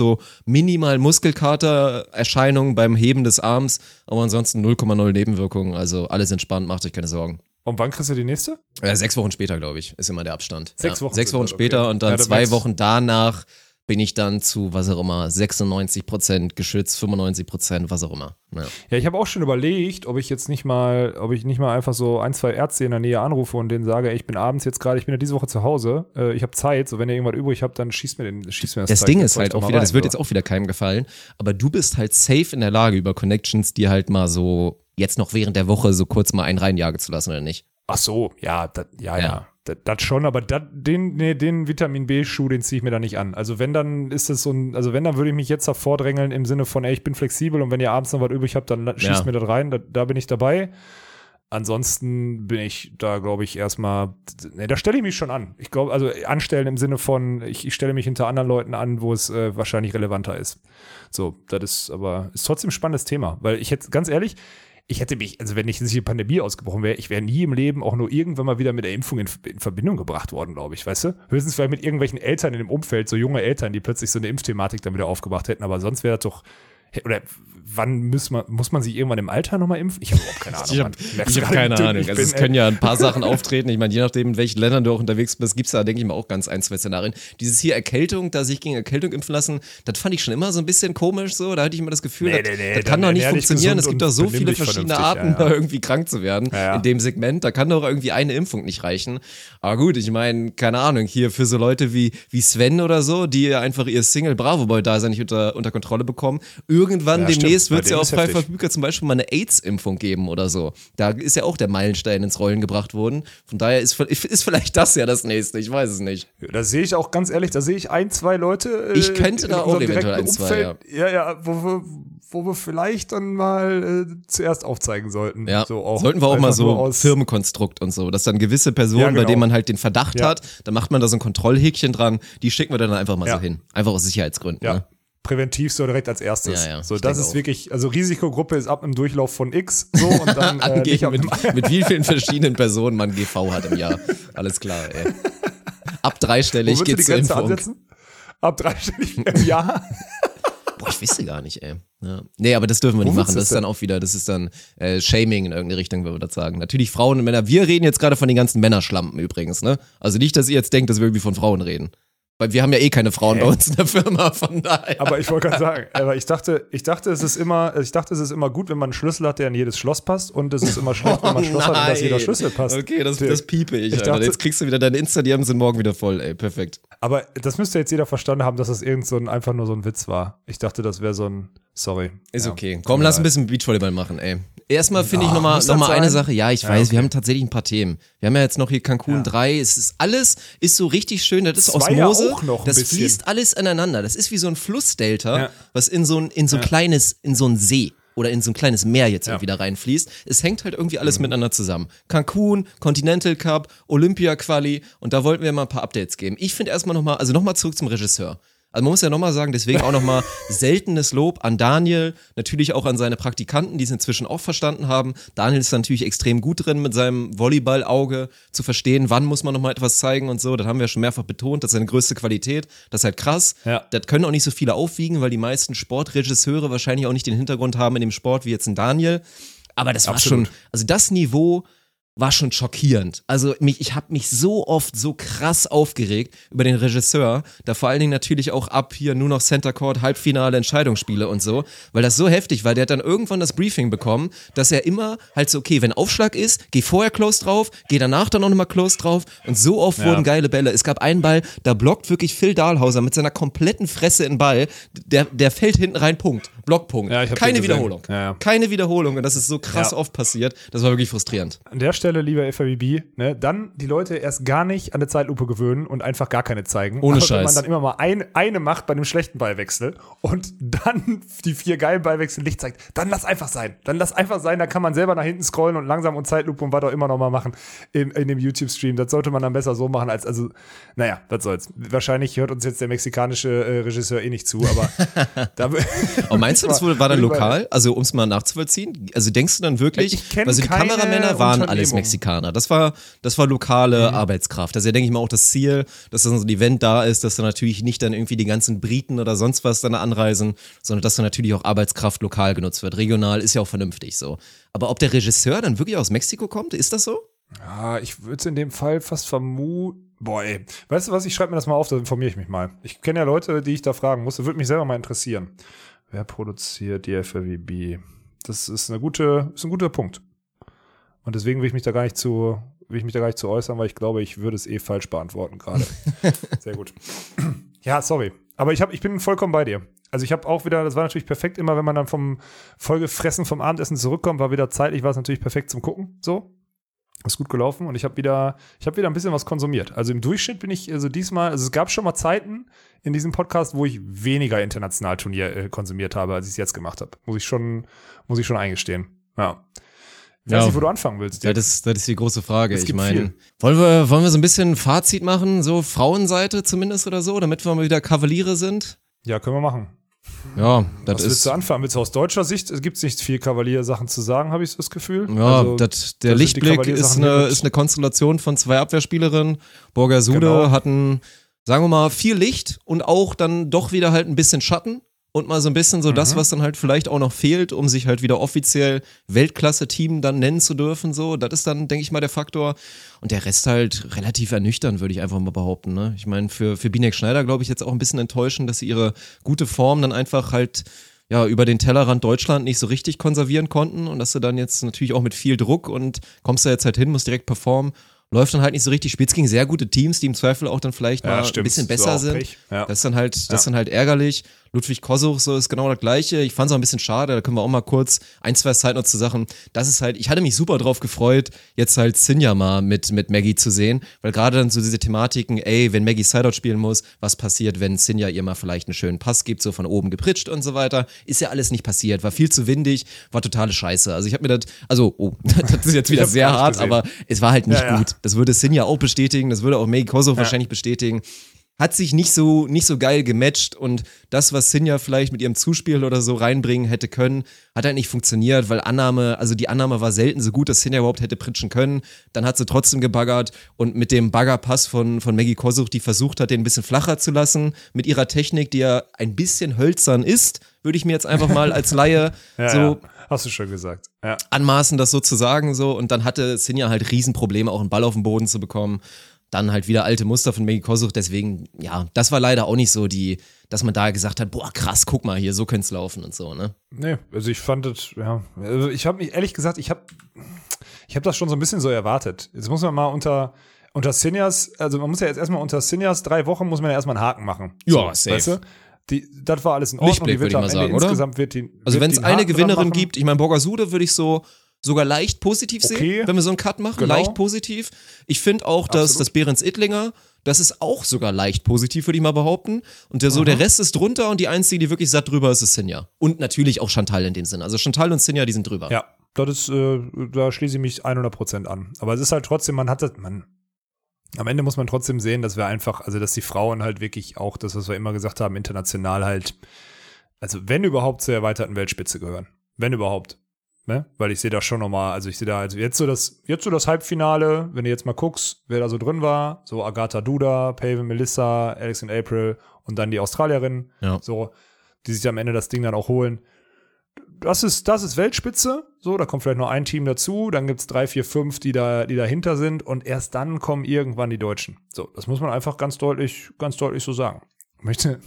Speaker 1: Muskelkater-Erscheinungen beim Heben des Arms, aber ansonsten 0,0 Nebenwirkungen. Also alles entspannt, macht euch keine Sorgen.
Speaker 2: Und wann kriegst du die nächste?
Speaker 1: 6 Wochen später, glaube ich, ist immer der Abstand.
Speaker 2: 6 Wochen
Speaker 1: 6 Wochen
Speaker 2: später,
Speaker 1: später
Speaker 2: okay.
Speaker 1: und dann
Speaker 2: Ja, da
Speaker 1: 2
Speaker 2: merkst-
Speaker 1: Wochen danach bin ich dann zu, was auch immer, 96% geschützt, 95%, was auch immer. Ja.
Speaker 2: Ja, ich habe auch schon überlegt, ob ich nicht mal einfach so 1, 2 Ärzte in der Nähe anrufe und denen sage, ey, ich bin ja diese Woche zu Hause, ich habe Zeit, so wenn ihr irgendwas übrig habt, dann schießt mir
Speaker 1: Das Ding ist halt auch wieder, das wird jetzt auch wieder keinem gefallen, aber du bist halt safe in der Lage, über Connections dir halt mal so jetzt noch während der Woche so kurz mal einen reinjagen zu lassen, oder nicht?
Speaker 2: Ach so, ja,
Speaker 1: Ja.
Speaker 2: Das schon, aber den Vitamin B-Schuh, den ziehe ich mir da nicht an. Also wenn, dann ist es wenn dann würde ich mich jetzt davor drängeln im Sinne von, ey, ich bin flexibel und wenn ihr abends noch was übrig habt, dann schießt mir das rein, da bin ich dabei. Ansonsten bin ich da, glaube ich, erstmal, da stelle ich mich schon an. Ich glaube, also anstellen im Sinne von, ich stelle mich hinter anderen Leuten an, wo es wahrscheinlich relevanter ist. So, ist trotzdem ein spannendes Thema, weil ganz ehrlich, ich hätte mich, also wenn nicht die Pandemie ausgebrochen wäre, ich wäre nie im Leben auch nur irgendwann mal wieder mit der Impfung in Verbindung gebracht worden, glaube ich, weißt du? Höchstens vielleicht mit irgendwelchen Eltern in dem Umfeld, so junge Eltern, die plötzlich so eine Impfthematik dann wieder aufgebracht hätten, aber sonst wäre das doch, oder wann muss man sich irgendwann im Alter nochmal impfen? Ich habe überhaupt keine Ahnung.
Speaker 1: Ich habe keine Ahnung. Also es können ja ein paar Sachen auftreten. Ich meine, je nachdem, in welchen Ländern du auch unterwegs bist, gibt es da, denke ich mal, auch ganz 1, 2 Szenarien. Dieses hier Erkältung, da sich gegen Erkältung impfen lassen, das fand ich schon immer so ein bisschen komisch so. Da hatte ich immer das Gefühl, das kann doch nicht funktionieren. Es gibt doch so viele verschiedene Arten, da irgendwie krank zu werden in dem Segment. Da kann doch irgendwie eine Impfung nicht reichen. Aber gut, ich meine, keine Ahnung, hier für so Leute wie Sven oder so, die einfach ihr Single-Bravo-Boy-Dasein nicht unter Kontrolle bekommen, irgendwann demnächst wird es ja auch frei verfügbar zum Beispiel mal eine AIDS-Impfung geben oder so. Da ist ja auch der Meilenstein ins Rollen gebracht worden. Von daher ist vielleicht das ja das nächste. Ich weiß es nicht.
Speaker 2: Da sehe ich auch ganz ehrlich, 1, 2 Leute.
Speaker 1: Ich könnte da auch eventuell 1, 2,
Speaker 2: ja, wo wir vielleicht dann mal zuerst aufzeigen sollten.
Speaker 1: Ja,
Speaker 2: so auch
Speaker 1: sollten wir auch mal so Firmenkonstrukt und so, dass dann gewisse Personen, bei denen man halt den Verdacht hat, dann macht man da so ein Kontrollhäkchen dran, die schicken wir dann einfach mal so hin. Einfach aus Sicherheitsgründen.
Speaker 2: Ja.
Speaker 1: Ne?
Speaker 2: Präventiv so direkt als erstes.
Speaker 1: Ja,
Speaker 2: so, das ist wirklich, also Risikogruppe ist ab einem Durchlauf von X, so, und dann
Speaker 1: mit wie vielen verschiedenen Personen man GV hat im Jahr. Alles klar, ey. Ab 3-stellig geht's zur Impfung.
Speaker 2: Ansetzen? Ab 3-stellig im Jahr?
Speaker 1: Boah, ich wüsste gar nicht, ey. Ja. Nee, aber das dürfen wir nicht machen. Das ist dann Shaming in irgendeine Richtung, wenn wir das sagen. Natürlich Frauen und Männer. Wir reden jetzt gerade von den ganzen Männerschlampen übrigens, ne? Also nicht, dass ihr jetzt denkt, dass wir irgendwie von Frauen reden. Weil wir haben ja eh keine Frauen bei uns in der Firma, von daher.
Speaker 2: Aber ich wollte gerade sagen, ich dachte, es ist immer gut, wenn man einen Schlüssel hat, der in jedes Schloss passt, und es ist immer schlecht, wenn man ein Schloss hat, in das jeder Schlüssel passt.
Speaker 1: Okay, das piepe ich Alter. Jetzt kriegst du wieder deine Insta-DMs sind morgen wieder voll, ey, perfekt.
Speaker 2: Aber das müsste jetzt jeder verstanden haben, dass das einfach nur so ein Witz war. Ich dachte, das wäre so ein, sorry.
Speaker 1: Ist okay. Komm, lass ein bisschen Beachvolleyball machen, ey. Erstmal finde ich noch mal eine Sache. Ja, ich weiß, wir haben tatsächlich ein paar Themen. Wir haben ja jetzt noch hier Cancun 3. Es ist alles, ist so richtig schön. Das ist Osmose.
Speaker 2: Ja auch noch ein
Speaker 1: das
Speaker 2: bisschen.
Speaker 1: Fließt alles ineinander. Das ist wie so ein Flussdelta, was in so ein See oder in so ein kleines Meer jetzt irgendwie da reinfließt. Es hängt halt irgendwie alles miteinander zusammen. Cancun, Continental Cup, Olympia-Quali und da wollten wir mal ein paar Updates geben. Ich finde erstmal nochmal zurück zum Regisseur. Also man muss ja nochmal sagen, deswegen auch nochmal seltenes Lob an Daniel, natürlich auch an seine Praktikanten, die es inzwischen auch verstanden haben. Daniel ist natürlich extrem gut drin, mit seinem Volleyballauge zu verstehen, wann muss man nochmal etwas zeigen und so. Das haben wir schon mehrfach betont, das ist seine größte Qualität. Das ist halt krass. Ja. Das können auch nicht so viele aufwiegen, weil die meisten Sportregisseure wahrscheinlich auch nicht den Hintergrund haben in dem Sport wie jetzt ein Daniel. Aber das war schon, also das Niveau war schon schockierend. Also ich habe mich so oft so krass aufgeregt über den Regisseur, da vor allen Dingen natürlich auch ab hier nur noch Center Court, Halbfinale, Entscheidungsspiele und so, weil das so heftig war. Der hat dann irgendwann das Briefing bekommen, dass er immer halt so, okay, wenn Aufschlag ist, geh vorher close drauf, geh danach dann auch nochmal close drauf und so oft wurden geile Bälle. Es gab einen Ball, da blockt wirklich Phil Dahlhauser mit seiner kompletten Fresse in Ball, der fällt hinten rein, Punkt. Blockpunkt. Ja, keine Wiederholung. Keine Wiederholung und das ist so krass oft passiert, das war wirklich frustrierend.
Speaker 2: An der Stelle, lieber FABB, ne, dann die Leute erst gar nicht an eine Zeitlupe gewöhnen und einfach gar keine zeigen.
Speaker 1: Ohne Scheiß.
Speaker 2: Wenn man dann immer mal eine macht bei einem schlechten Ballwechsel und dann die 4 geilen Ballwechsel nicht zeigt, dann lass einfach sein. Dann kann man selber nach hinten scrollen und langsam und Zeitlupe und was auch immer noch mal machen in dem YouTube-Stream. Das sollte man dann besser so machen naja, was soll's. Wahrscheinlich hört uns jetzt der mexikanische Regisseur eh nicht zu, aber
Speaker 1: Aber meinst du, das war dann lokal? Also, um es mal nachzuvollziehen? Also, denkst du dann wirklich, also die Kameramänner waren alles Mexikaner. Das war lokale Arbeitskraft. Also, denke ich mal auch das Ziel, dass dann so ein Event da ist, dass dann natürlich nicht dann irgendwie die ganzen Briten oder sonst was dann anreisen, sondern dass dann natürlich auch Arbeitskraft lokal genutzt wird. Regional ist ja auch vernünftig so. Aber ob der Regisseur dann wirklich aus Mexiko kommt, ist das so?
Speaker 2: Ja, ich würde es in dem Fall fast vermuten. Boah, ey. Weißt du was, ich schreibe mir das mal auf, da informiere ich mich mal. Ich kenne ja Leute, die ich da fragen muss. Das würde mich selber mal interessieren. Wer produziert die FAWB? Das ist ein guter Punkt. Und deswegen will ich mich da gar nicht zu äußern, weil ich glaube, ich würde es falsch beantworten gerade. Sehr gut. Ja, sorry. Aber ich bin vollkommen bei dir. Also ich habe auch wieder, das war natürlich perfekt, immer wenn man dann vom Folgefressen vom Abendessen zurückkommt, war es natürlich perfekt zum Gucken, so. Ist gut gelaufen und ich habe wieder ein bisschen was konsumiert. Also im Durchschnitt bin ich diesmal, es gab schon mal Zeiten in diesem Podcast, wo ich weniger international Turnier konsumiert habe, als ich es jetzt gemacht habe. Muss ich schon eingestehen. Ja. Ich weiß nicht, wo du anfangen willst.
Speaker 1: Ja, das ist die große Frage. Ich meine, wollen wir so ein bisschen Fazit machen, so Frauenseite zumindest oder so, damit wir mal wieder Kavaliere sind?
Speaker 2: Ja, können wir machen.
Speaker 1: Ja,
Speaker 2: das ist. Was willst du anfangen? Willst du aus deutscher Sicht? Es gibt nicht viel Kavalier-Sachen zu sagen, habe ich so das Gefühl.
Speaker 1: Ja, also, der Lichtblick ist eine Konstellation von 2 Abwehrspielerinnen. Borgasude hatten, sagen wir mal, viel Licht und auch dann doch wieder halt ein bisschen Schatten. Und mal so ein bisschen so das, was dann halt vielleicht auch noch fehlt, um sich halt wieder offiziell Weltklasse-Team dann nennen zu dürfen. So, das ist dann, denke ich mal, der Faktor. Und der Rest halt relativ ernüchternd, würde ich einfach mal behaupten. Ne? Ich meine, für Binek Schneider glaube ich jetzt auch ein bisschen enttäuschend, dass sie ihre gute Form dann einfach halt über den Tellerrand Deutschland nicht so richtig konservieren konnten. Und dass du dann jetzt natürlich auch mit viel Druck und kommst da jetzt halt hin, musst direkt performen. Läuft dann halt nicht so richtig. Spielst gegen sehr gute Teams, die im Zweifel auch dann vielleicht mal ein bisschen besser sind. Ja. Das ist dann halt ärgerlich. Ludwig Kosuch, so ist genau das Gleiche. Ich fand es auch ein bisschen schade, da können wir auch mal kurz 1-2 Zeitnotes zu Sachen. Das ist halt, ich hatte mich super drauf gefreut, jetzt halt Sinja mal mit Maggie zu sehen, weil gerade dann so diese Thematiken, wenn Maggie Sideout spielen muss, was passiert, wenn Sinja ihr mal vielleicht einen schönen Pass gibt, so von oben gepritscht und so weiter. Ist ja alles nicht passiert, war viel zu windig, war totale Scheiße. Also ich habe mir das, das ist jetzt wieder sehr hart, gesehen. Aber es war halt nicht gut. Das würde Sinja auch bestätigen, das würde auch Maggie Kosuch wahrscheinlich bestätigen. Hat sich nicht so geil gematcht und das, was Sinja vielleicht mit ihrem Zuspiel oder so reinbringen hätte können, hat halt nicht funktioniert, weil die Annahme war selten so gut, dass Sinja überhaupt hätte pritschen können. Dann hat sie trotzdem gebaggert und mit dem Baggerpass von Maggie Kosuch, die versucht hat, den ein bisschen flacher zu lassen, mit ihrer Technik, die ja ein bisschen hölzern ist, würde ich mir jetzt einfach mal als Laie
Speaker 2: hast du schon gesagt. Ja.
Speaker 1: Anmaßen, das so zu sagen, so. Und dann hatte Sinja halt Riesenprobleme, auch einen Ball auf den Boden zu bekommen. Dann halt wieder alte Muster von Maggie Kosuch, deswegen, das war leider auch nicht so dass man da gesagt hat, boah, krass, guck mal hier, so könnte es laufen und so, ne?
Speaker 2: Nee, also ich fand das, also ich habe mich, ehrlich gesagt, ich hab das schon so ein bisschen so erwartet. Jetzt muss man mal unter unter Sinjas, also man muss ja jetzt erstmal unter Sinjas 3 Wochen muss man ja erstmal einen Haken machen.
Speaker 1: Ja, safe.
Speaker 2: Weißt du? Das war alles in Ordnung.
Speaker 1: Lichtblick, würde ich mal sagen, oder?
Speaker 2: Insgesamt wird die,
Speaker 1: also wenn es eine
Speaker 2: Haken
Speaker 1: Gewinnerin gibt, ich meine, Borgasude würde ich sogar leicht positiv
Speaker 2: Okay.
Speaker 1: sehen, wenn wir so einen Cut machen,
Speaker 2: Genau.
Speaker 1: leicht positiv. Ich finde auch, dass
Speaker 2: Absolut.
Speaker 1: das Behrens Ittlinger, das ist auch sogar leicht positiv, würde ich mal behaupten. Und der Rest ist drunter und die einzige, die wirklich satt drüber ist Sinja. Und natürlich auch Chantal in dem Sinne. Also Chantal und Sinja, die sind drüber.
Speaker 2: Ja, das ist, da schließe ich mich 100% an. Aber es ist halt trotzdem, am Ende muss man trotzdem sehen, dass wir einfach, also dass die Frauen halt wirklich auch das, was wir immer gesagt haben, international halt, also wenn überhaupt zur erweiterten Weltspitze gehören. Wenn überhaupt. Ne? Weil ich sehe da schon nochmal, also ich sehe da also jetzt so das Halbfinale, wenn du jetzt mal guckst, wer da so drin war, so Agatha Duda, Pavin Melissa, Alex in April und dann die Australierin,
Speaker 1: Ja.
Speaker 2: so, die sich am Ende das Ding dann auch holen. Das ist Weltspitze, so, da kommt vielleicht noch ein Team dazu, dann gibt's 3, 4, 5, die dahinter sind und erst dann kommen irgendwann die Deutschen. So, das muss man einfach ganz deutlich so sagen. Ich möchte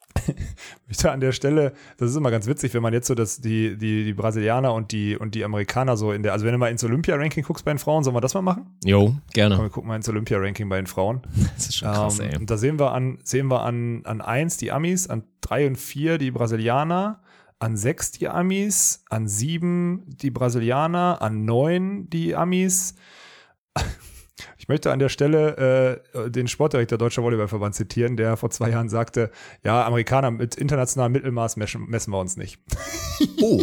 Speaker 2: an der Stelle, das ist immer ganz witzig, wenn man jetzt so die Brasilianer und die Amerikaner so also wenn du mal ins Olympia-Ranking guckst bei den Frauen, sollen wir das mal machen?
Speaker 1: Jo, gerne.
Speaker 2: Komm, wir gucken mal ins Olympia-Ranking bei den Frauen.
Speaker 1: Das ist schon krass, ey.
Speaker 2: Und da sehen wir an 1 die Amis, an 3 und 4 die Brasilianer, an 6 die Amis, an 7 die Brasilianer, an 9 die Amis. Ich möchte an der Stelle den Sportdirektor Deutscher Volleyballverband zitieren, der vor 2 Jahren sagte, ja, Amerikaner mit internationalem Mittelmaß messen wir uns nicht.
Speaker 1: Oh.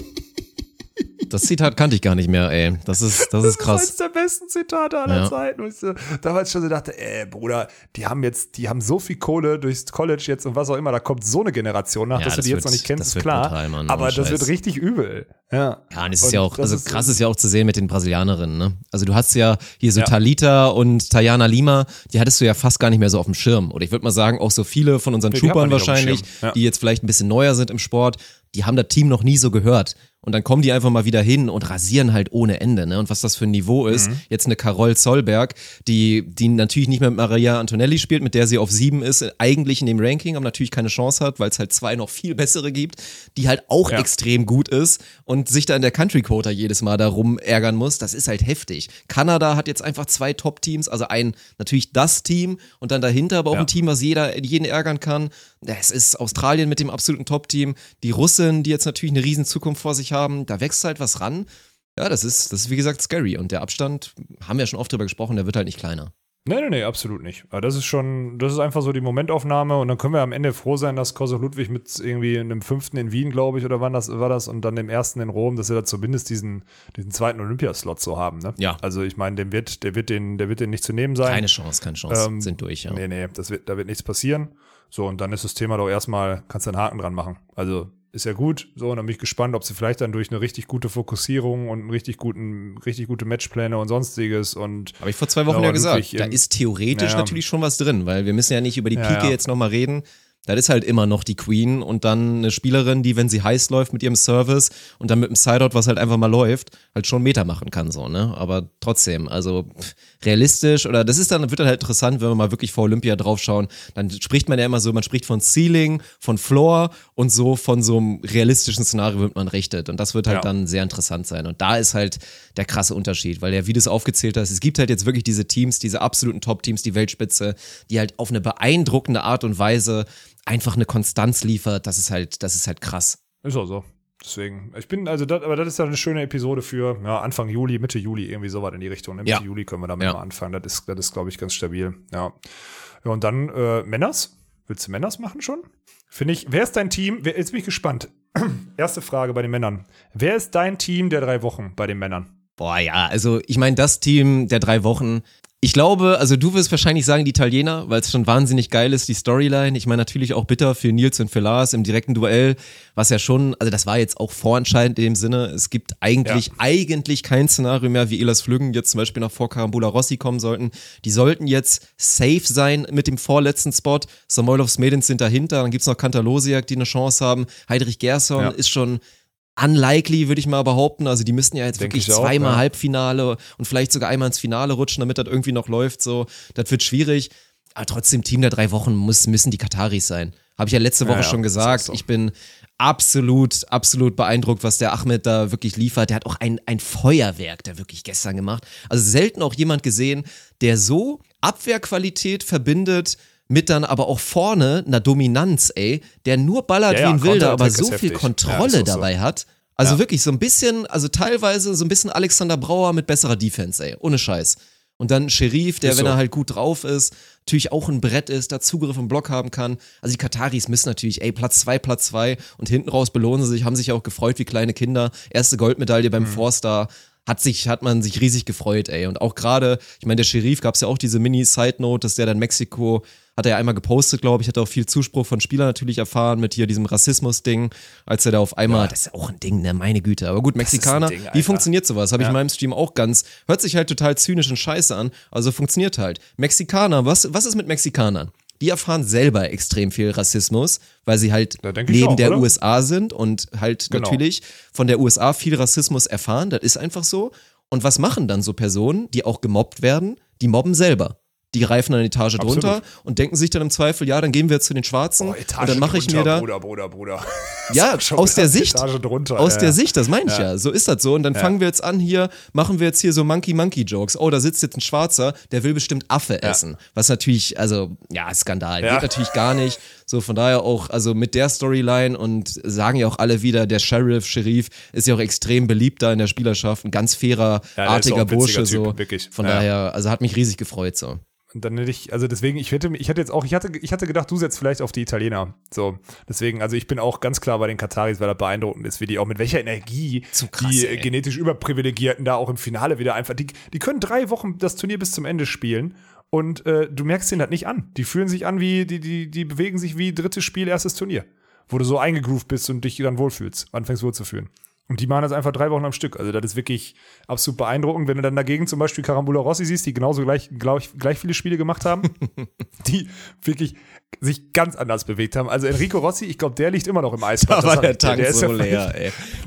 Speaker 1: Das Zitat kannte ich gar nicht mehr, ey. Das ist krass.
Speaker 2: Das ist eines der besten Zitate aller Zeiten. Und ich so, damals schon so dachte, Bruder, die haben so viel Kohle durchs College jetzt und was auch immer, da kommt so eine Generation nach,
Speaker 1: Ja,
Speaker 2: dass du
Speaker 1: das
Speaker 2: die jetzt
Speaker 1: wird-
Speaker 2: noch nicht kennst,
Speaker 1: das
Speaker 2: ist
Speaker 1: wird
Speaker 2: klar.
Speaker 1: brutal, Mann,
Speaker 2: aber
Speaker 1: ohne
Speaker 2: das
Speaker 1: Scheiß.
Speaker 2: wird richtig übel. Ja,
Speaker 1: Ja, und es ist
Speaker 2: Und
Speaker 1: ja auch,
Speaker 2: das
Speaker 1: also
Speaker 2: ist-
Speaker 1: krass ist ja auch zu sehen mit den Brasilianerinnen, ne? Also du hast ja hier so
Speaker 2: Ja.
Speaker 1: Talita und Tajana Lima, die hattest du ja fast gar nicht mehr so auf dem Schirm. Oder ich würde mal sagen, auch so viele von unseren
Speaker 2: Nee, die hat
Speaker 1: Troopern
Speaker 2: man nicht auf dem
Speaker 1: wahrscheinlich,
Speaker 2: Schirm. Ja.
Speaker 1: die jetzt vielleicht ein bisschen neuer sind im Sport, die haben das Team noch nie so gehört. Und dann kommen die einfach mal wieder hin und rasieren halt ohne Ende, ne? Und was das für ein Niveau ist, jetzt eine Carol Zollberg, die natürlich nicht mehr mit Maria Antonelli spielt, mit der sie auf 7 ist, eigentlich in dem Ranking, aber natürlich keine Chance hat, weil es halt 2 noch viel bessere gibt, die halt auch extrem gut ist und sich da in der Country Quota jedes Mal darum ärgern muss. Das ist halt heftig. Kanada hat jetzt einfach 2 Top-Teams, also natürlich das Team und dann dahinter aber auch ein Team, was jeden ärgern kann. Es ist Australien mit dem absoluten Top-Team, die Russen, die jetzt natürlich eine riesen Zukunft vor sich haben, da wächst halt was ran. Ja, das ist wie gesagt scary und der Abstand, haben wir ja schon oft drüber gesprochen, der wird halt nicht kleiner.
Speaker 2: Nee, absolut nicht. Aber das ist einfach so die Momentaufnahme und dann können wir am Ende froh sein, dass Kosow Ludwig mit irgendwie einem 5. in Wien, glaube ich, oder wann das war das und dann dem 1. in Rom, dass wir da zumindest diesen 2. Olympiaslot so haben, ne?
Speaker 1: Ja.
Speaker 2: Also ich meine, der wird den nicht zu nehmen sein.
Speaker 1: Keine Chance, sind durch, ja.
Speaker 2: Nee, da wird nichts passieren. So, und dann ist das Thema doch erstmal, kannst du einen Haken dran machen. Also ist ja gut. So, und dann bin ich gespannt, ob sie vielleicht dann durch eine richtig gute Fokussierung und richtig gute Matchpläne und sonstiges und
Speaker 1: Habe ich vor 2 Wochen ja gesagt.
Speaker 2: Ludwig
Speaker 1: Da ist theoretisch natürlich schon was drin, weil wir müssen ja nicht über die Pike
Speaker 2: ja.
Speaker 1: jetzt nochmal reden. Das ist halt immer noch die Queen und dann eine Spielerin, die, wenn sie heiß läuft mit ihrem Service und dann mit dem Sideout, was halt einfach mal läuft, halt schon Meter machen kann, so, ne? Aber trotzdem, also realistisch oder wird dann halt interessant, wenn wir mal wirklich vor Olympia draufschauen, dann spricht man ja immer so, man spricht von Ceiling, von Floor und so von so einem realistischen Szenario wird man richtet und das wird halt dann sehr interessant sein und da ist halt der krasse Unterschied, weil ja, wie du es aufgezählt hast, es gibt halt jetzt wirklich diese Teams, diese absoluten Top-Teams, die Weltspitze, die halt auf eine beeindruckende Art und Weise einfach eine Konstanz liefert, das ist halt krass.
Speaker 2: ist auch so. Deswegen, aber das ist ja eine schöne Episode für Anfang Juli, Mitte Juli, irgendwie sowas in die Richtung. Ne? Mitte Juli können wir damit mal anfangen. Das ist glaube ich, ganz stabil. Ja, und dann Männers. Willst du Männers machen schon? Finde ich, wer ist dein Team? Jetzt bin ich gespannt. Erste Frage bei den Männern. Wer ist dein Team der 3 Wochen bei den Männern?
Speaker 1: Boah, ja, also ich meine, das Team der 3 Wochen, ich glaube, also du wirst wahrscheinlich sagen die Italiener, weil es schon wahnsinnig geil ist, die Storyline. Ich meine natürlich auch bitter für Nils und für Lars im direkten Duell, was ja schon, also das war jetzt auch vorentscheidend in dem Sinne, es gibt eigentlich kein Szenario mehr, wie Elas Flüggen jetzt zum Beispiel noch vor Karambula Rossi kommen sollten. Die sollten jetzt safe sein mit dem vorletzten Spot. Samoilovs Mädels sind dahinter, dann gibt's noch Kantalosiak, die eine Chance haben. Heidrich Gerson ist schon unlikely, würde ich mal behaupten. Also die müssten ja jetzt wirklich zweimal Halbfinale und vielleicht sogar einmal ins Finale rutschen, damit das irgendwie noch läuft. So, das wird schwierig. Aber trotzdem, Team der 3 Wochen müssen die Kataris sein. Habe ich ja letzte Woche schon gesagt. So. Ich bin absolut beeindruckt, was der Ahmed da wirklich liefert. Der hat auch ein Feuerwerk da wirklich gestern gemacht. Also selten auch jemand gesehen, der so Abwehrqualität verbindet mit dann aber auch vorne einer Dominanz, der nur ballert wie ein Wilder, aber so viel Kontrolle dabei hat. Also wirklich so ein bisschen, also teilweise so ein bisschen Alexander Brauer mit besserer Defense, ohne Scheiß. Und dann Sherif, der, wenn er halt gut drauf ist, natürlich auch ein Brett ist, da Zugriff im Block haben kann. Also die Kataris müssen natürlich, Platz 2 und hinten raus belohnen sie sich, haben sich auch gefreut wie kleine Kinder. Erste Goldmedaille beim Four-Star. Hat man sich riesig gefreut, Und auch gerade, ich meine, der Sherif, gab's ja auch diese Mini-Side-Note, dass der dann Mexiko, hat er ja einmal gepostet, glaube ich, hat auch viel Zuspruch von Spielern natürlich erfahren mit hier diesem Rassismus-Ding, als er da auf einmal, das ist ja auch ein Ding, ne, meine Güte. Aber gut, Mexikaner, wie funktioniert sowas? Habe ich in meinem Stream auch hört sich halt total zynisch und scheiße an, also funktioniert halt. Mexikaner, was ist mit Mexikanern? Die erfahren selber extrem viel Rassismus, weil sie halt neben der USA sind und halt natürlich von der USA viel Rassismus erfahren. Das ist einfach so. Und was machen dann so Personen, die auch gemobbt werden? Die mobben selber. Die greifen eine Etage drunter und denken sich dann im Zweifel, ja, dann gehen wir jetzt zu den Schwarzen und dann mache ich mir da...
Speaker 2: Bruder.
Speaker 1: Ja, aus der Sicht, das meine ich ja. So ist das so und dann fangen wir jetzt an machen wir jetzt hier so Monkey-Jokes. Oh, da sitzt jetzt ein Schwarzer, der will bestimmt Affe essen. Was natürlich, also, Skandal. Geht natürlich gar nicht. So, von daher auch, also mit der Storyline und sagen ja auch alle wieder, der Sherif ist ja auch extrem beliebt da in der Spielerschaft. Ein ganz fairer, artiger Bursche. So.
Speaker 2: Wirklich.
Speaker 1: Von daher, also hat mich riesig gefreut so.
Speaker 2: Und dann hätte ich, also deswegen, ich hatte gedacht, du setzt vielleicht auf die Italiener. So, deswegen, also ich bin auch ganz klar bei den Kataris, weil das beeindruckend ist, wie die auch mit welcher Energie die genetisch Überprivilegierten da auch im Finale wieder einfach, die können 3 Wochen das Turnier bis zum Ende spielen und du merkst denen das nicht an. Die fühlen sich an wie, die bewegen sich wie drittes Spiel, erstes Turnier, wo du so eingegroovt bist und dich dann wohlfühlst, anfängst wohlzufühlen. Und die machen das einfach 3 Wochen am Stück. Also das ist wirklich absolut beeindruckend. Wenn du dann dagegen zum Beispiel Carambula Rossi siehst, die genauso gleich viele Spiele gemacht haben, die wirklich sich ganz anders bewegt haben. Also Enrico Rossi, ich glaube, der liegt immer noch im Eisbad.
Speaker 1: Da war der Tank so leer,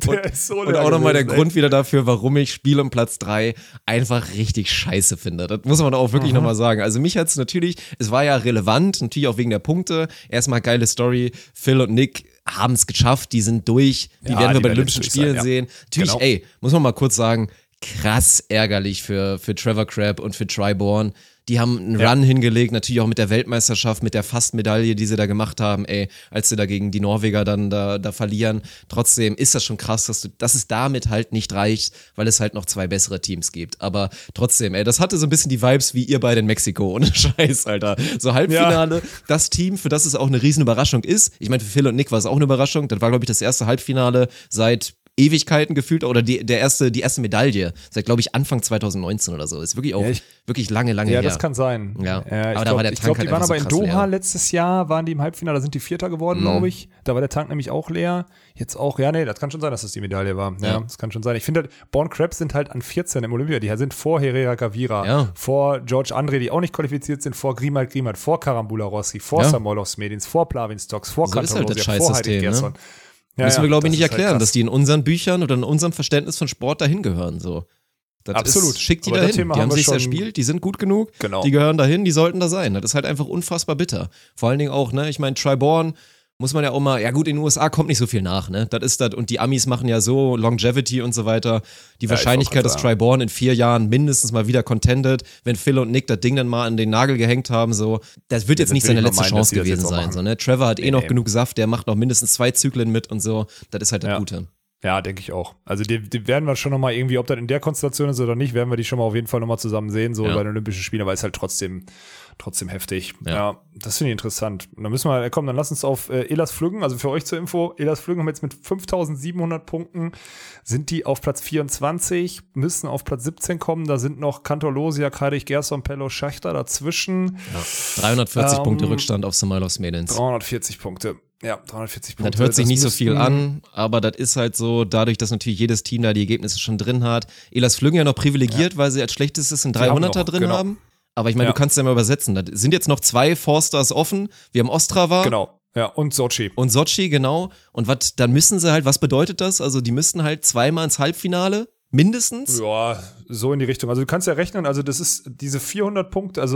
Speaker 1: Und auch nochmal der Grund wieder dafür, warum ich Spiel um Platz 3 einfach richtig scheiße finde. Das muss man auch wirklich nochmal sagen. Also mich hat's natürlich, es war ja relevant, natürlich auch wegen der Punkte. Erstmal geile Story, Phil und Nick haben es geschafft, die sind durch, die werden wir bei den Olympischen Spielen sehen. Natürlich, muss man mal kurz sagen, krass ärgerlich für Trevor Crabb und für Tri-Bourne. Die haben einen Run hingelegt, natürlich auch mit der Weltmeisterschaft, mit der Fast-Medaille, die sie da gemacht haben, als sie da gegen die Norweger dann da verlieren. Trotzdem ist das schon krass, dass es damit halt nicht reicht, weil es halt noch 2 bessere Teams gibt. Aber trotzdem, das hatte so ein bisschen die Vibes wie ihr beide in Mexiko, ohne Scheiß, Alter. So Halbfinale, das Team, für das es auch eine riesen Überraschung ist. Ich meine, für Phil und Nick war es auch eine Überraschung. Das war, glaube ich, das erste Halbfinale seit Ewigkeiten gefühlt oder die erste Medaille seit, glaube ich, Anfang 2019 oder so. Ist wirklich auch wirklich lange her.
Speaker 2: Ja, das kann sein.
Speaker 1: Ja,
Speaker 2: aber da war der Tank die waren aber in Doha letztes Jahr, waren die im Halbfinale, da sind die Vierter geworden, glaube ich. Da war der Tank nämlich auch leer. Jetzt auch, das kann schon sein, dass das die Medaille war. Ja, das kann schon sein. Ich finde halt, Born Crabs sind halt an 14 im Olympia. Die sind vor Herrera Gavira, vor George André, die auch nicht qualifiziert sind, vor Grimald, vor Carambula Rossi, vor Samoilovs Medins, vor Plavin Stocks, vor Cantolosia, vor Heidi Gerson.
Speaker 1: Müssen wir, glaube ich, nicht erklären, halt dass die in unseren Büchern oder in unserem Verständnis von Sport dahin gehören. So. Das
Speaker 2: absolut.
Speaker 1: Schickt die dahin. Die haben sich erspielt, die sind gut genug, die gehören dahin, die sollten da sein. Das ist halt einfach unfassbar bitter. Vor allen Dingen auch, ich meine, Tri-Bourne muss man ja auch mal, gut, in den USA kommt nicht so viel nach, Das ist das, und die Amis machen ja so Longevity und so weiter. Die Wahrscheinlichkeit, dass Tri-Bourne in 4 Jahren mindestens mal wieder contendet, wenn Phil und Nick das Ding dann mal an den Nagel gehängt haben, so, das wird jetzt nicht seine letzte Chance gewesen sein, so, Trevor hat noch genug Saft, der macht noch mindestens 2 Zyklen mit und so, das ist halt das Gute.
Speaker 2: Ja, denke ich auch. Also die werden wir schon nochmal irgendwie, ob das in der Konstellation ist oder nicht, werden wir die schon mal auf jeden Fall nochmal zusammen sehen, so bei den Olympischen Spielen, aber ist halt trotzdem heftig. Ja, das finde ich interessant. Und dann müssen wir, dann lass uns auf Elas Flüggen, also für euch zur Info, Elas Flüggen haben jetzt mit 5.700 Punkten, sind die auf Platz 24, müssen auf Platz 17 kommen, da sind noch Cantolosia, Kadich, Gerson, Pello, Schachter dazwischen. Ja.
Speaker 1: 340 Punkte Rückstand auf Samoilovs Medins.
Speaker 2: 340 Punkte. Ja, 340 Punkte.
Speaker 1: Das hört sich nicht so viel an, aber das ist halt so, dadurch, dass natürlich jedes Team da die Ergebnisse schon drin hat. Elas Flüggen ja noch privilegiert, weil sie als schlechtestes einen 300er drin haben. Aber ich meine, du kannst ja mal übersetzen. Da sind jetzt noch 2 Forsters offen. Wir haben Ostrava.
Speaker 2: Genau. Ja, und Sochi.
Speaker 1: Und Sochi, genau. Und dann müssen sie halt, was bedeutet das? Also die müssten halt 2-mal ins Halbfinale. Mindestens?
Speaker 2: Ja, so in die Richtung. Also du kannst ja rechnen, also das ist diese 400 Punkte, also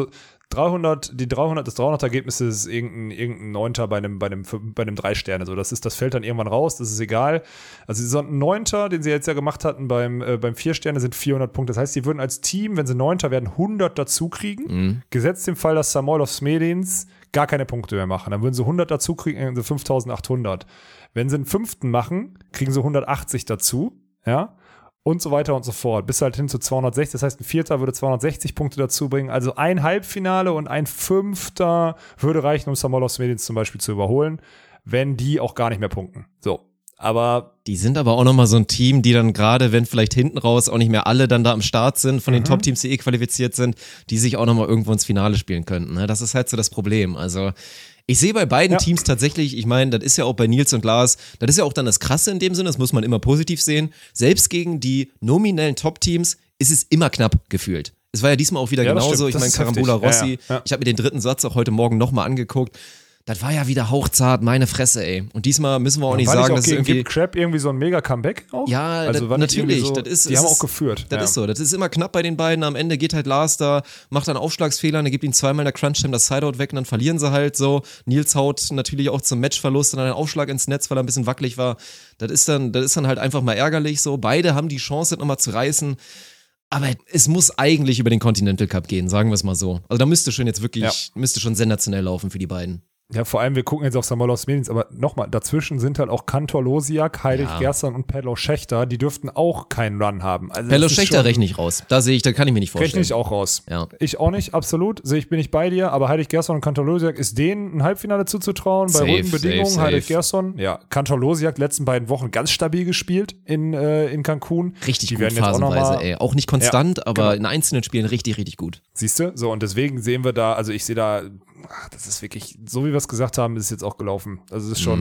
Speaker 2: das 300-Ergebnis ist irgendein Neunter bei einem 3-Sterne. So, das fällt dann irgendwann raus, das ist egal. Also so ein Neunter, den sie jetzt ja gemacht hatten beim 4-Sterne, sind 400 Punkte. Das heißt, sie würden als Team, wenn sie Neunter werden, 100 dazu kriegen. Gesetzt dem Fall, dass Samoilov Smedins gar keine Punkte mehr machen. Dann würden sie 100 dazu kriegen, also 5.800. Wenn sie einen 5. machen, kriegen sie 180 dazu, ja. Und so weiter und so fort, bis halt hin zu 260. Das heißt, ein 4. würde 260 Punkte dazu bringen. Also ein Halbfinale und ein 5. würde reichen, um Samoilov Smedins zum Beispiel zu überholen, wenn die auch gar nicht mehr punkten. So, aber
Speaker 1: die sind aber auch nochmal so ein Team, die dann gerade, wenn vielleicht hinten raus auch nicht mehr alle dann da am Start sind, von den Top-Teams, die qualifiziert sind, die sich auch nochmal irgendwo ins Finale spielen könnten. Ne? Das ist halt so das Problem. Also ich sehe bei beiden Teams tatsächlich, ich meine, das ist ja auch bei Nils und Lars, das ist ja auch dann das Krasse in dem Sinne, das muss man immer positiv sehen. Selbst gegen die nominellen Top-Teams ist es immer knapp gefühlt. Es war ja diesmal auch wieder genauso. Ich meine, Carambola Rossi, ich habe mir den 3. Satz auch heute Morgen nochmal angeguckt. Das war ja wieder hauchzart, meine Fresse, ey. Und diesmal müssen wir auch nicht sagen, dass es irgendwie...
Speaker 2: Crab irgendwie so ein Mega-Comeback auch?
Speaker 1: Ja, also natürlich. So,
Speaker 2: die haben auch geführt.
Speaker 1: Das ist so. Das ist immer knapp bei den beiden. Am Ende geht halt Lars da, macht dann Aufschlagsfehler, dann gibt ihm zweimal in der Crunch-Time das Sideout weg und dann verlieren sie halt so. Nils haut natürlich auch zum Matchverlust und dann einen Aufschlag ins Netz, weil er ein bisschen wackelig war. Das ist dann halt einfach mal ärgerlich so. Beide haben die Chance, das nochmal zu reißen. Aber es muss eigentlich über den Continental Cup gehen, sagen wir es mal so. Also da müsste schon jetzt wirklich, müsste schon sensationell laufen für die beiden.
Speaker 2: Ja, vor allem, wir gucken jetzt auf Samoilov Smedins, aber nochmal, dazwischen sind halt auch Kantor Losiak, Heidig Gerson und Pedlo Schächter, die dürften auch keinen Run haben. Also
Speaker 1: Pedlo Schächter rechne ich raus. Da kann ich mir nicht vorstellen.
Speaker 2: Rechne ich auch raus.
Speaker 1: Ja.
Speaker 2: Ich auch nicht, absolut. Bin ich bei dir, aber Heidig Gerson und Kantor Losiak, ist denen ein Halbfinale zuzutrauen bei ruhigen Bedingungen?
Speaker 1: Safe.
Speaker 2: Heidig Gerson, ja. Kantor Losiak, letzten beiden Wochen ganz stabil gespielt in Cancun.
Speaker 1: Richtig
Speaker 2: die
Speaker 1: gut
Speaker 2: werden
Speaker 1: phasenweise,
Speaker 2: ey.
Speaker 1: Auch nicht konstant, aber in einzelnen Spielen richtig, richtig gut.
Speaker 2: Siehst du? So, und deswegen sehen wir da, also ich sehe da, das ist wirklich, so wie wir es gesagt haben, ist es jetzt auch gelaufen. Also es ist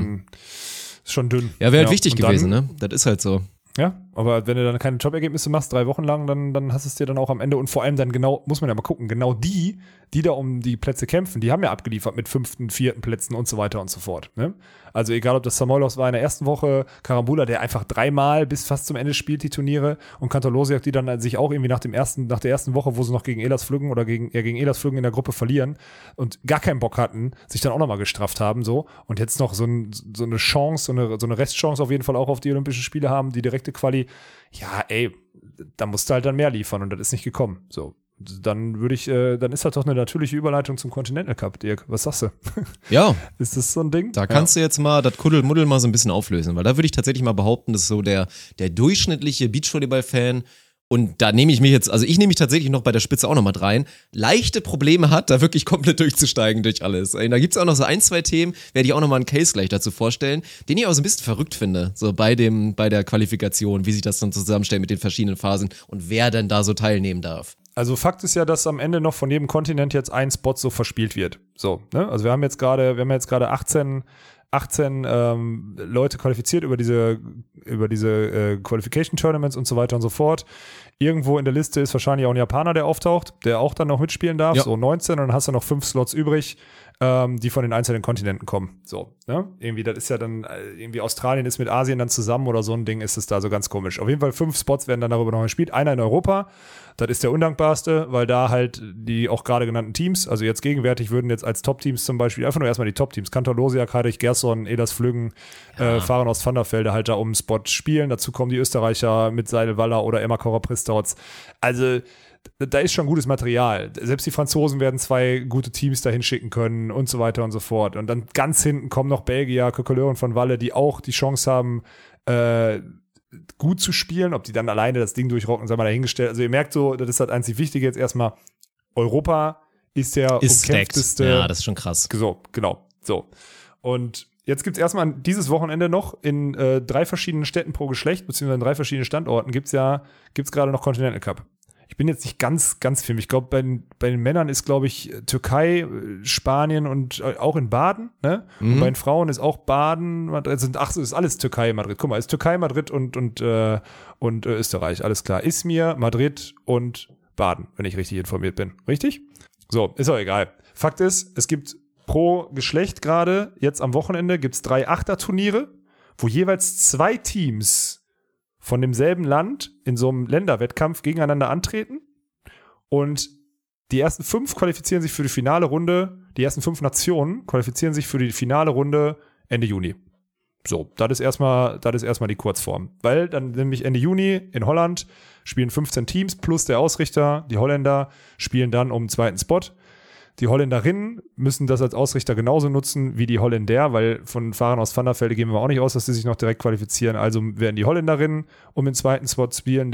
Speaker 2: schon dünn.
Speaker 1: Ja, wäre halt wichtig gewesen, ne? Das ist halt so.
Speaker 2: Ja, aber wenn du dann keine Top-Ergebnisse machst, 3 Wochen lang, dann hast du es dir dann auch am Ende und vor allem dann genau, muss man ja mal gucken, genau die da um die Plätze kämpfen, die haben ja abgeliefert mit 5., 4. Plätzen und so weiter und so fort. Ne? Also egal, ob das Samoilov war in der ersten Woche, Carambola, der einfach 3-mal bis fast zum Ende spielt, die Turniere, und Kantor Losiak, die dann sich auch irgendwie nach der ersten Woche, wo sie noch gegen Elas Flüggen oder gegen Elas Flüggen in der Gruppe verlieren und gar keinen Bock hatten, sich dann auch nochmal gestrafft haben, so, und jetzt noch so eine Chance, so eine Restchance auf jeden Fall auch auf die Olympischen Spiele haben, die direkte Quali. Ja, ey, da musst du halt dann mehr liefern und das ist nicht gekommen. So, dann dann ist das doch eine natürliche Überleitung zum Continental Cup, Dirk. Was sagst du?
Speaker 1: Ja.
Speaker 2: Ist das so ein Ding?
Speaker 1: Da kannst du jetzt mal das Kuddelmuddel mal so ein bisschen auflösen, weil da würde ich tatsächlich mal behaupten, dass so der durchschnittliche Beachvolleyball-Fan, und da nehme ich mich tatsächlich noch bei der Spitze auch noch mal rein, leichte Probleme hat, da wirklich komplett durchzusteigen durch alles. Da gibt's auch noch so 1, 2 Themen, werde ich auch noch mal einen Case gleich dazu vorstellen, den ich auch so ein bisschen verrückt finde, so bei der Qualifikation, wie sich das dann zusammenstellt mit den verschiedenen Phasen und wer denn da so teilnehmen darf.
Speaker 2: Also Fakt ist ja, dass am Ende noch von jedem Kontinent jetzt ein Spot so verspielt wird. So, ne? Also wir haben jetzt gerade 18 Leute qualifiziert über diese Qualification Tournaments und so weiter und so fort. Irgendwo in der Liste ist wahrscheinlich auch ein Japaner, der auftaucht, der auch dann noch mitspielen darf, so 19, und dann hast du noch 5 Slots übrig, die von den einzelnen Kontinenten kommen. So, ne? Irgendwie, das ist ja dann, irgendwie Australien ist mit Asien dann zusammen oder so ein Ding, ist es da so ganz komisch. Auf jeden Fall 5 Spots werden dann darüber noch gespielt. Einer in Europa, das ist der undankbarste, weil da halt die auch gerade genannten Teams, also jetzt gegenwärtig würden jetzt als Top-Teams zum Beispiel, einfach nur erstmal die Top-Teams, Kantor Losiak, Heidig Gerson, Elas Flüggen, Fahren aus Van der Velde halt da um den Spot spielen. Dazu kommen die Österreicher mit Seidel Waller oder Emma Korra-Pristautz. Also da ist schon gutes Material. Selbst die Franzosen werden 2 gute Teams dahin schicken können und so weiter und so fort. Und dann ganz hinten kommen noch Belgier, Coquelin und Van Walle, die auch die Chance haben, gut zu spielen. Ob die dann alleine das Ding durchrocken, sei mal dahingestellt. Also ihr merkt so, das ist halt einzig Wichtige jetzt erstmal, Europa ist der umkämpfteste.
Speaker 1: Ja, das ist schon krass.
Speaker 2: So, genau. So. Und jetzt gibt es erstmal dieses Wochenende noch in 3 verschiedenen Städten pro Geschlecht, beziehungsweise in 3 verschiedenen Standorten gibt's gerade noch Continental Cup. Ich bin jetzt nicht ganz firm. Ich glaube, bei den Männern ist, glaube ich, Türkei, Spanien und auch in Baden, ne? Und bei den Frauen ist auch Baden, ist alles Türkei, Madrid. Guck mal, ist Türkei, Madrid und Österreich, alles klar. Izmir, Madrid und Baden, wenn ich richtig informiert bin. Richtig? So, ist auch egal. Fakt ist, es gibt pro Geschlecht gerade, jetzt am Wochenende, gibt's 3 Achterturniere, wo jeweils 2 Teams von demselben Land in so einem Länderwettkampf gegeneinander antreten. Und Die ersten 5 qualifizieren sich für die finale Runde, die ersten 5 Nationen qualifizieren sich für die finale Runde Ende Juni. So, das ist erstmal die Kurzform. Weil dann nämlich Ende Juni in Holland spielen 15 Teams plus der Ausrichter. Die Holländer spielen dann um den zweiten Spot. Die Holländerinnen müssen das als Ausrichter genauso nutzen wie die Holländer, weil von Fahrern aus Vandervelde gehen wir auch nicht aus, dass sie sich noch direkt qualifizieren. Also werden die Holländerinnen um den zweiten Spot spielen,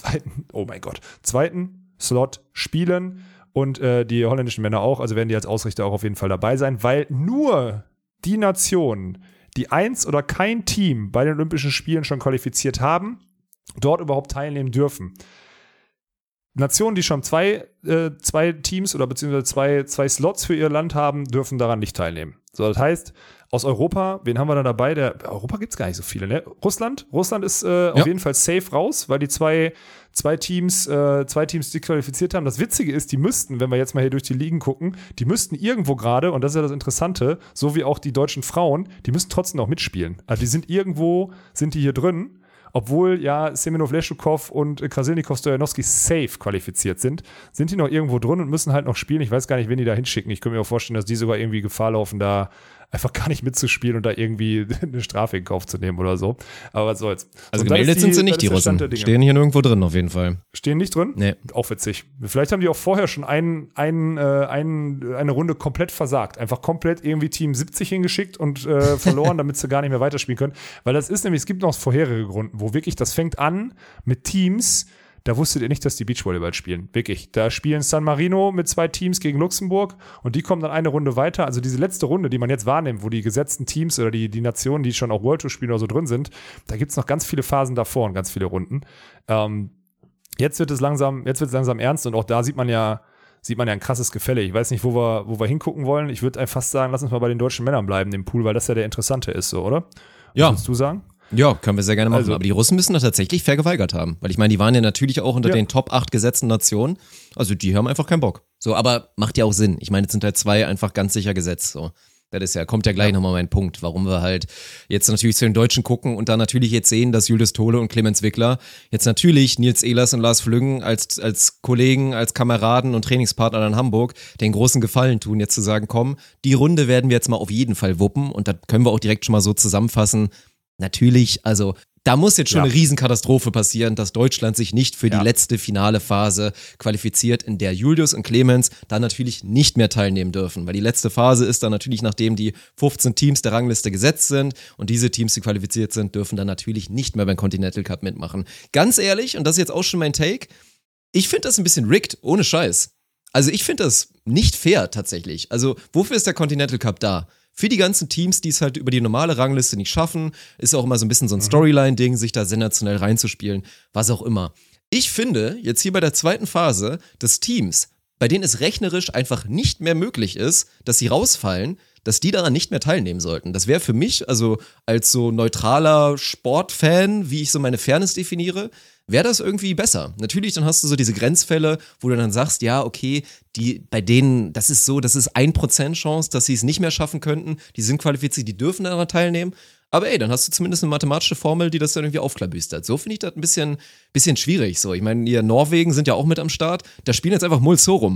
Speaker 2: zweiten Slot spielen und die holländischen Männer auch. Also werden die als Ausrichter auch auf jeden Fall dabei sein, weil nur die Nationen, die eins oder kein Team bei den Olympischen Spielen schon qualifiziert haben, dort überhaupt teilnehmen dürfen. Nationen, die schon zwei Teams oder beziehungsweise zwei Slots für ihr Land haben, dürfen daran nicht teilnehmen. So, das heißt, aus Europa, wen haben wir da dabei? Europa gibt es gar nicht so viele, ne? Russland ist auf jeden Fall safe raus, weil die zwei Teams disqualifiziert haben. Das Witzige ist, die müssten, wenn wir jetzt mal hier durch die Ligen gucken, die müssten irgendwo gerade, und das ist ja das Interessante, so wie auch die deutschen Frauen, die müssen trotzdem noch mitspielen. Also die sind hier drin, obwohl ja Semenov, Leshukov und Krasilnikov, Stojanowski safe qualifiziert sind die noch irgendwo drin und müssen halt noch spielen. Ich weiß gar nicht, wen die da hinschicken. Ich könnte mir auch vorstellen, dass die sogar irgendwie Gefahr laufen, da einfach gar nicht mitzuspielen und da irgendwie eine Strafe in Kauf zu nehmen oder so. Aber was soll's.
Speaker 1: Also gemeldet sind sie nicht, die Russen. Stehen hier nirgendwo drin auf jeden Fall.
Speaker 2: Stehen nicht drin?
Speaker 1: Nee.
Speaker 2: Auch witzig. Vielleicht haben die auch vorher schon eine Runde komplett versagt. Einfach komplett irgendwie Team 70 hingeschickt und verloren, damit sie gar nicht mehr weiterspielen können. Weil das ist nämlich, es gibt noch vorherige Runden, wo wirklich, das fängt an mit Teams, da wusstet ihr nicht, dass die Beachvolleyball spielen. Wirklich. Da spielen San Marino mit 2 Teams gegen Luxemburg und die kommen dann eine Runde weiter. Also diese letzte Runde, die man jetzt wahrnimmt, wo die gesetzten Teams oder die Nationen, die schon auch World Tour spielen oder so drin sind, da gibt es noch ganz viele Phasen davor und ganz viele Runden. Jetzt wird es langsam ernst und auch da sieht man ja ein krasses Gefälle. Ich weiß nicht, wo wir hingucken wollen. Ich würde fast sagen, lass uns mal bei den deutschen Männern bleiben, im Pool, weil das ja der interessante ist, so, oder?
Speaker 1: Ja.
Speaker 2: Was würdest du sagen?
Speaker 1: Ja, können wir sehr gerne machen.
Speaker 2: Also,
Speaker 1: aber die Russen müssen das tatsächlich vergeweigert haben. Weil ich meine, die waren ja natürlich auch unter den Top 8 gesetzten Nationen. Also die haben einfach keinen Bock. So, aber macht ja auch Sinn. Ich meine, jetzt sind halt 2 einfach ganz sicher gesetzt. So. Kommt ja gleich nochmal mein Punkt, warum wir halt jetzt natürlich zu den Deutschen gucken und dann natürlich jetzt sehen, dass Julius Tole und Clemens Wickler jetzt natürlich Nils Ehlers und Lars Flüggen als Kollegen, als Kameraden und Trainingspartner in Hamburg den großen Gefallen tun, jetzt zu sagen, komm, die Runde werden wir jetzt mal auf jeden Fall wuppen und da können wir auch direkt schon mal so zusammenfassen. Natürlich, also da muss jetzt schon eine Riesenkatastrophe passieren, dass Deutschland sich nicht für die letzte finale Phase qualifiziert, in der Julius und Clemens dann natürlich nicht mehr teilnehmen dürfen. Weil die letzte Phase ist dann natürlich, nachdem die 15 Teams der Rangliste gesetzt sind und diese Teams, die qualifiziert sind, dürfen dann natürlich nicht mehr beim Continental Cup mitmachen. Ganz ehrlich, und das ist jetzt auch schon mein Take, ich finde das ein bisschen rigged, ohne Scheiß. Also ich finde das nicht fair tatsächlich. Also wofür ist der Continental Cup da? Für die ganzen Teams, die es halt über die normale Rangliste nicht schaffen, ist auch immer so ein bisschen so ein Storyline-Ding, sich da sensationell reinzuspielen, was auch immer. Ich finde, jetzt hier bei der zweiten Phase des Teams, bei denen es rechnerisch einfach nicht mehr möglich ist, dass sie rausfallen, dass die daran nicht mehr teilnehmen sollten. Das wäre für mich, also als so neutraler Sportfan, wie ich so meine Fairness definiere, wäre das irgendwie besser. Natürlich, dann hast du so diese Grenzfälle, wo du dann sagst, ja, okay, bei denen, das ist 1% Chance, dass sie es nicht mehr schaffen könnten, die sind qualifiziert, die dürfen daran teilnehmen. Aber dann hast du zumindest eine mathematische Formel, die das dann irgendwie aufklabüstert. So finde ich das ein bisschen schwierig. So, ich meine, Norwegen sind ja auch mit am Start. Da spielen jetzt einfach Mol Sorum.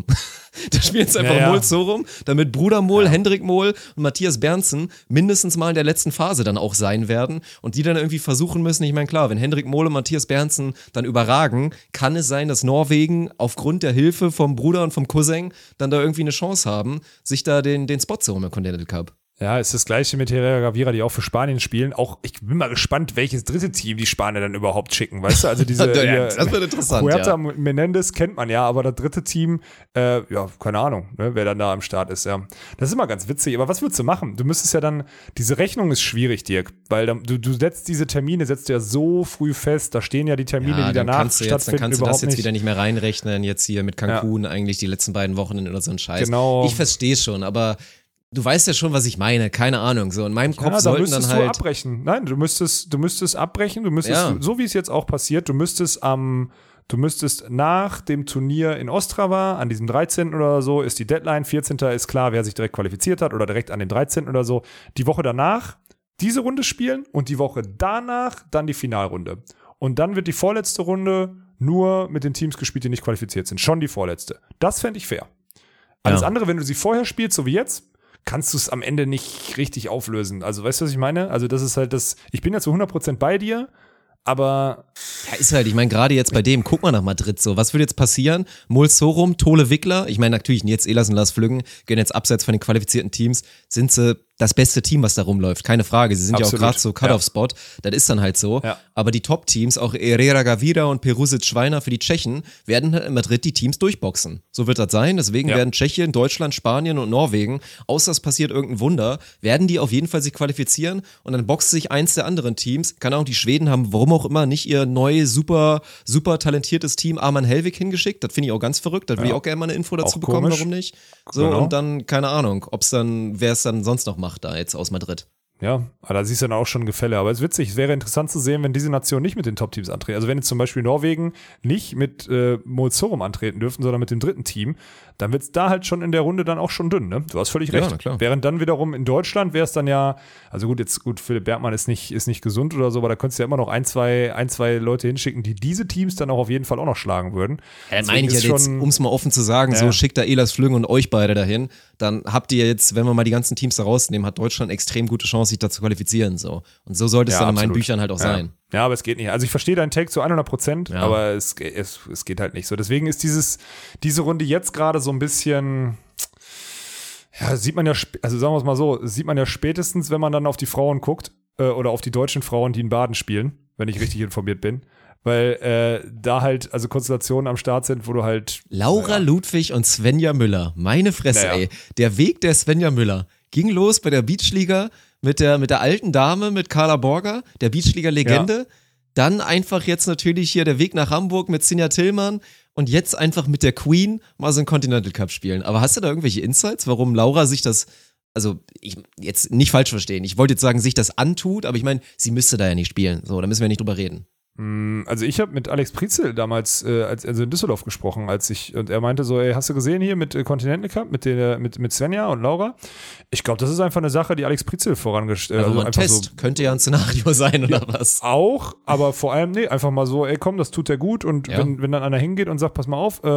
Speaker 1: Mol Sorum, damit Bruder Mol, Hendrik Mol und Matthias Berntsen mindestens mal in der letzten Phase dann auch sein werden. Und die dann irgendwie versuchen müssen, ich meine, klar, wenn Hendrik Mol und Matthias Berntsen dann überragen, kann es sein, dass Norwegen aufgrund der Hilfe vom Bruder und vom Cousin dann da irgendwie eine Chance haben, sich da den Spot zu holen im Continental Cup.
Speaker 2: Ja, ist das gleiche mit Herrera Gavira, die auch für Spanien spielen. Auch ich bin mal gespannt, welches dritte Team die Spanier dann überhaupt schicken, weißt du? Also diese
Speaker 1: das wird interessant,
Speaker 2: Huerta Menendez kennt man ja, aber das dritte Team, keine Ahnung, ne, wer dann da am Start ist, ja. Das ist immer ganz witzig, aber was würdest du machen? Du müsstest ja dann, diese Rechnung ist schwierig, Dirk, weil du setzt diese Termine, setzt ja so früh fest, da stehen ja die Termine, die danach stattfinden,
Speaker 1: dann kannst du das jetzt wieder nicht mehr reinrechnen, jetzt hier mit Cancun eigentlich die letzten beiden Wochen oder so ein Scheiß.
Speaker 2: Genau.
Speaker 1: Ich verstehe schon, aber du weißt ja schon, was ich meine, keine Ahnung. So in meinem Kopf sollten dann halt.
Speaker 2: Du abbrechen. Nein, du müsstest abbrechen, so wie es jetzt auch passiert, du müsstest nach dem Turnier in Ostrava, an diesem 13. oder so, ist die Deadline, 14. ist klar, wer sich direkt qualifiziert hat oder direkt an dem 13. oder so. Die Woche danach diese Runde spielen und die Woche danach dann die Finalrunde. Und dann wird die vorletzte Runde nur mit den Teams gespielt, die nicht qualifiziert sind. Schon die vorletzte. Das fände ich fair. Alles andere, wenn du sie vorher spielst, so wie jetzt, kannst du es am Ende nicht richtig auflösen. Also, weißt du, was ich meine? Also, das ist halt das, ich bin ja zu 100% bei dir, aber
Speaker 1: ja, ist halt, ich meine, gerade jetzt bei dem, guck mal nach Madrid so, was würde jetzt passieren? Mulsorum, Tole Wickler, ich meine natürlich, jetzt Elas und Lars Flüggen gehen jetzt abseits von den qualifizierten Teams, sind sie das beste Team, was da rumläuft, keine Frage, sie sind
Speaker 2: Absolut.
Speaker 1: ja auch gerade so Cut-Off-Spot, das ist dann halt so, aber die Top-Teams, auch Herrera Gavira und Perusic Schweiner für die Tschechen, werden halt in Madrid die Teams durchboxen. So wird das sein, deswegen werden Tschechien, Deutschland, Spanien und Norwegen, außer es passiert irgendein Wunder, werden die auf jeden Fall sich qualifizieren und dann boxt sich eins der anderen Teams, keine Ahnung, die Schweden haben, warum auch immer, nicht ihr neu super talentiertes Team Arman Helvig hingeschickt, das finde ich auch ganz verrückt, da würde ich auch gerne mal eine Info dazu bekommen,
Speaker 2: komisch.
Speaker 1: warum nicht. So, und dann, keine Ahnung, wer es dann sonst noch macht da jetzt aus Madrid.
Speaker 2: ja, aber da siehst du dann auch schon Gefälle. Aber es ist witzig, es wäre interessant zu sehen, wenn diese Nationen nicht mit den Top-Teams antreten. Also wenn jetzt zum Beispiel Norwegen nicht mit Mulsorum antreten dürften, sondern mit dem dritten Team, dann wird es da halt schon in der Runde dann auch schon dünn, ne? Du hast völlig recht.
Speaker 1: na klar.
Speaker 2: Während dann wiederum in Deutschland wäre es dann ja, also gut, Philipp Bergmann ist nicht gesund oder so, aber da könntest du ja immer noch ein, zwei Leute hinschicken, die diese Teams dann auch auf jeden Fall auch noch schlagen würden.
Speaker 1: Ja, meine ich ja jetzt, um es mal offen zu sagen, so schickt da Elas Flüggen und euch beide dahin, dann habt ihr jetzt, wenn wir mal die ganzen Teams da rausnehmen, hat Deutschland extrem gute Chance, sich da zu qualifizieren. So. Und so sollte es dann in meinen Büchern halt auch sein.
Speaker 2: Ja, aber es geht nicht. Also ich verstehe deinen Take zu 100%, aber es geht halt nicht so. Deswegen ist diese Runde jetzt gerade so ein bisschen, ja, sieht man ja, also sagen wir es mal so, sieht man ja spätestens, wenn man dann auf die Frauen guckt, oder auf die deutschen Frauen, die in Baden spielen, wenn ich richtig informiert bin. Weil da halt, also Konstellationen am Start sind, wo du halt
Speaker 1: Laura Ludwig und Svenja Müller, meine Fresse, ey. Der Weg der Svenja Müller ging los bei der Beachliga mit der alten Dame, mit Carla Borger, der Beachliga-Legende. Dann einfach jetzt natürlich hier der Weg nach Hamburg mit Sinja Tillmann und jetzt einfach mit der Queen mal so einen Continental Cup spielen. Aber hast du da irgendwelche Insights, warum Laura sich das, also ich jetzt nicht falsch verstehen, ich wollte jetzt sagen, sich das antut, aber ich meine, sie müsste da ja nicht spielen. So, da müssen wir nicht drüber reden.
Speaker 2: Also ich habe mit Alex Prizel damals also in Düsseldorf gesprochen, und er meinte so, ey, hast du gesehen hier mit Continental Cup, mit Svenja und Laura? Ich glaube, das ist einfach eine Sache, die Alex Prizel vorangestellt hat.
Speaker 1: Also ein Test so, könnte ja ein Szenario sein oder was?
Speaker 2: Auch, aber vor allem, einfach mal so, ey komm, das tut der gut und wenn dann einer hingeht und sagt, pass mal auf,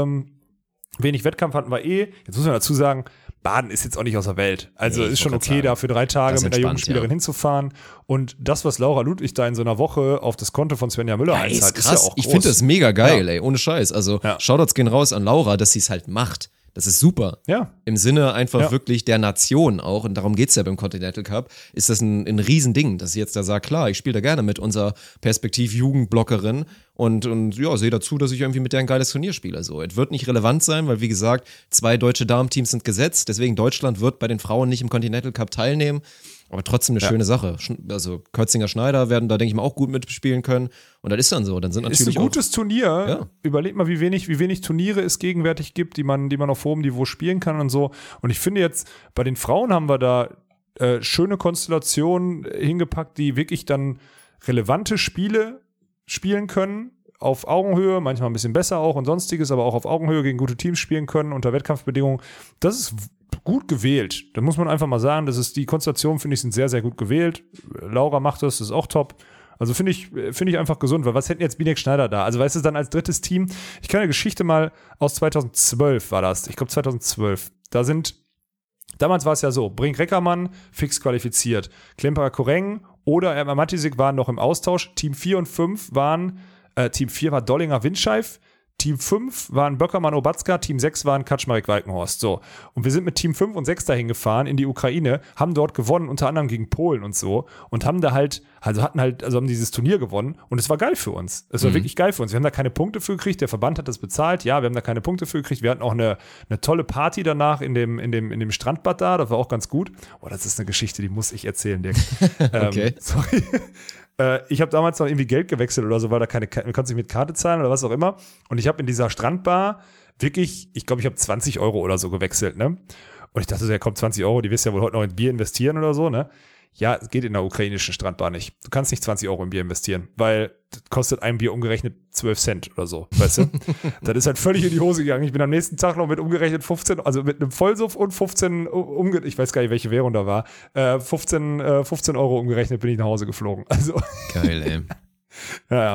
Speaker 2: wenig Wettkampf hatten wir jetzt muss man dazu sagen, Baden ist jetzt auch nicht aus der Welt. Also ist schon okay, da für 3 Tage mit einer jungen Spielerin hinzufahren. Und das, was Laura Ludwig da in so einer Woche auf das Konto von Svenja Müller einzahlt, ist ja auch groß.
Speaker 1: Ich finde das mega geil, ey, ohne Scheiß. Also Shoutouts gehen raus an Laura, dass sie es halt macht. Das ist super. Ja. Im Sinne einfach wirklich der Nation auch, und darum geht's ja beim Continental Cup, ist das ein Riesending, dass sie jetzt da sagt, klar, ich spiele da gerne mit unserer Perspektiv-Jugendblockerin und sehe dazu, dass ich irgendwie mit der ein geiles Turnier spiele. So, es wird nicht relevant sein, weil wie gesagt, 2 deutsche Damenteams sind gesetzt, deswegen Deutschland wird bei den Frauen nicht im Continental Cup teilnehmen. Aber trotzdem eine schöne Sache. Also Kötzinger-Schneider werden da, denke ich mal, auch gut mitspielen können. Und das ist dann so. Dann sind natürlich
Speaker 2: ist ein gutes Turnier. Ja. Überleg mal, wie wenig Turniere es gegenwärtig gibt, die man auf hohem Niveau spielen kann und so. Und ich finde jetzt, bei den Frauen haben wir da schöne Konstellationen hingepackt, die wirklich dann relevante Spiele spielen können. Auf Augenhöhe, manchmal ein bisschen besser auch und sonstiges, aber auch auf Augenhöhe gegen gute Teams spielen können, unter Wettkampfbedingungen. Das ist gut gewählt. Da muss man einfach mal sagen, die Konstellationen, finde ich, sind sehr, sehr gut gewählt. Laura macht das ist auch top. Also finde ich einfach gesund, weil was hätten jetzt Binek Schneider da? Also weißt du, dann als drittes Team, ich kann eine Geschichte mal aus 2012 war das. Ich glaube 2012. Damals war es ja so, Brink Reckermann fix qualifiziert. Klemperer Koreng oder Erma Matisik waren noch im Austausch. Team 4 und 5 Team 4 war Dollinger Windscheif, Team 5 waren Böckermann Obatzka, Team 6 waren Kaczmarek Walkenhorst. So. Und wir sind mit Team 5 und 6 dahin gefahren in die Ukraine, haben dort gewonnen, unter anderem gegen Polen und so. Und haben da haben dieses Turnier gewonnen. Und es war geil für uns. Es war wirklich geil für uns. Wir haben da keine Punkte für gekriegt. Der Verband hat das bezahlt. Ja, wir haben da keine Punkte für gekriegt. Wir hatten auch eine tolle Party danach in dem Strandbad da. Das war auch ganz gut. Oh, das ist eine Geschichte, die muss ich erzählen, Dirk.
Speaker 1: Okay.
Speaker 2: Sorry. Ich habe damals noch irgendwie Geld gewechselt oder so, weil da du konntest nicht mit Karte zahlen oder was auch immer. Und ich habe in dieser Strandbar wirklich, ich glaube, ich habe 20 € oder so gewechselt, ne? Und ich dachte so, ja komm, 20 €, die wirst ja wohl heute noch in Bier investieren oder so, ne? Ja, es geht in der ukrainischen Strandbar nicht. Du kannst nicht 20 € in Bier investieren, weil das kostet ein Bier umgerechnet 12 Cent oder so, weißt du? Das ist halt völlig in die Hose gegangen. Ich bin am nächsten Tag noch mit umgerechnet 15, also mit einem Vollsuff und 15, ich weiß gar nicht, welche Währung da war, 15 € umgerechnet bin ich nach Hause geflogen. Also
Speaker 1: geil, ey.
Speaker 2: Ja.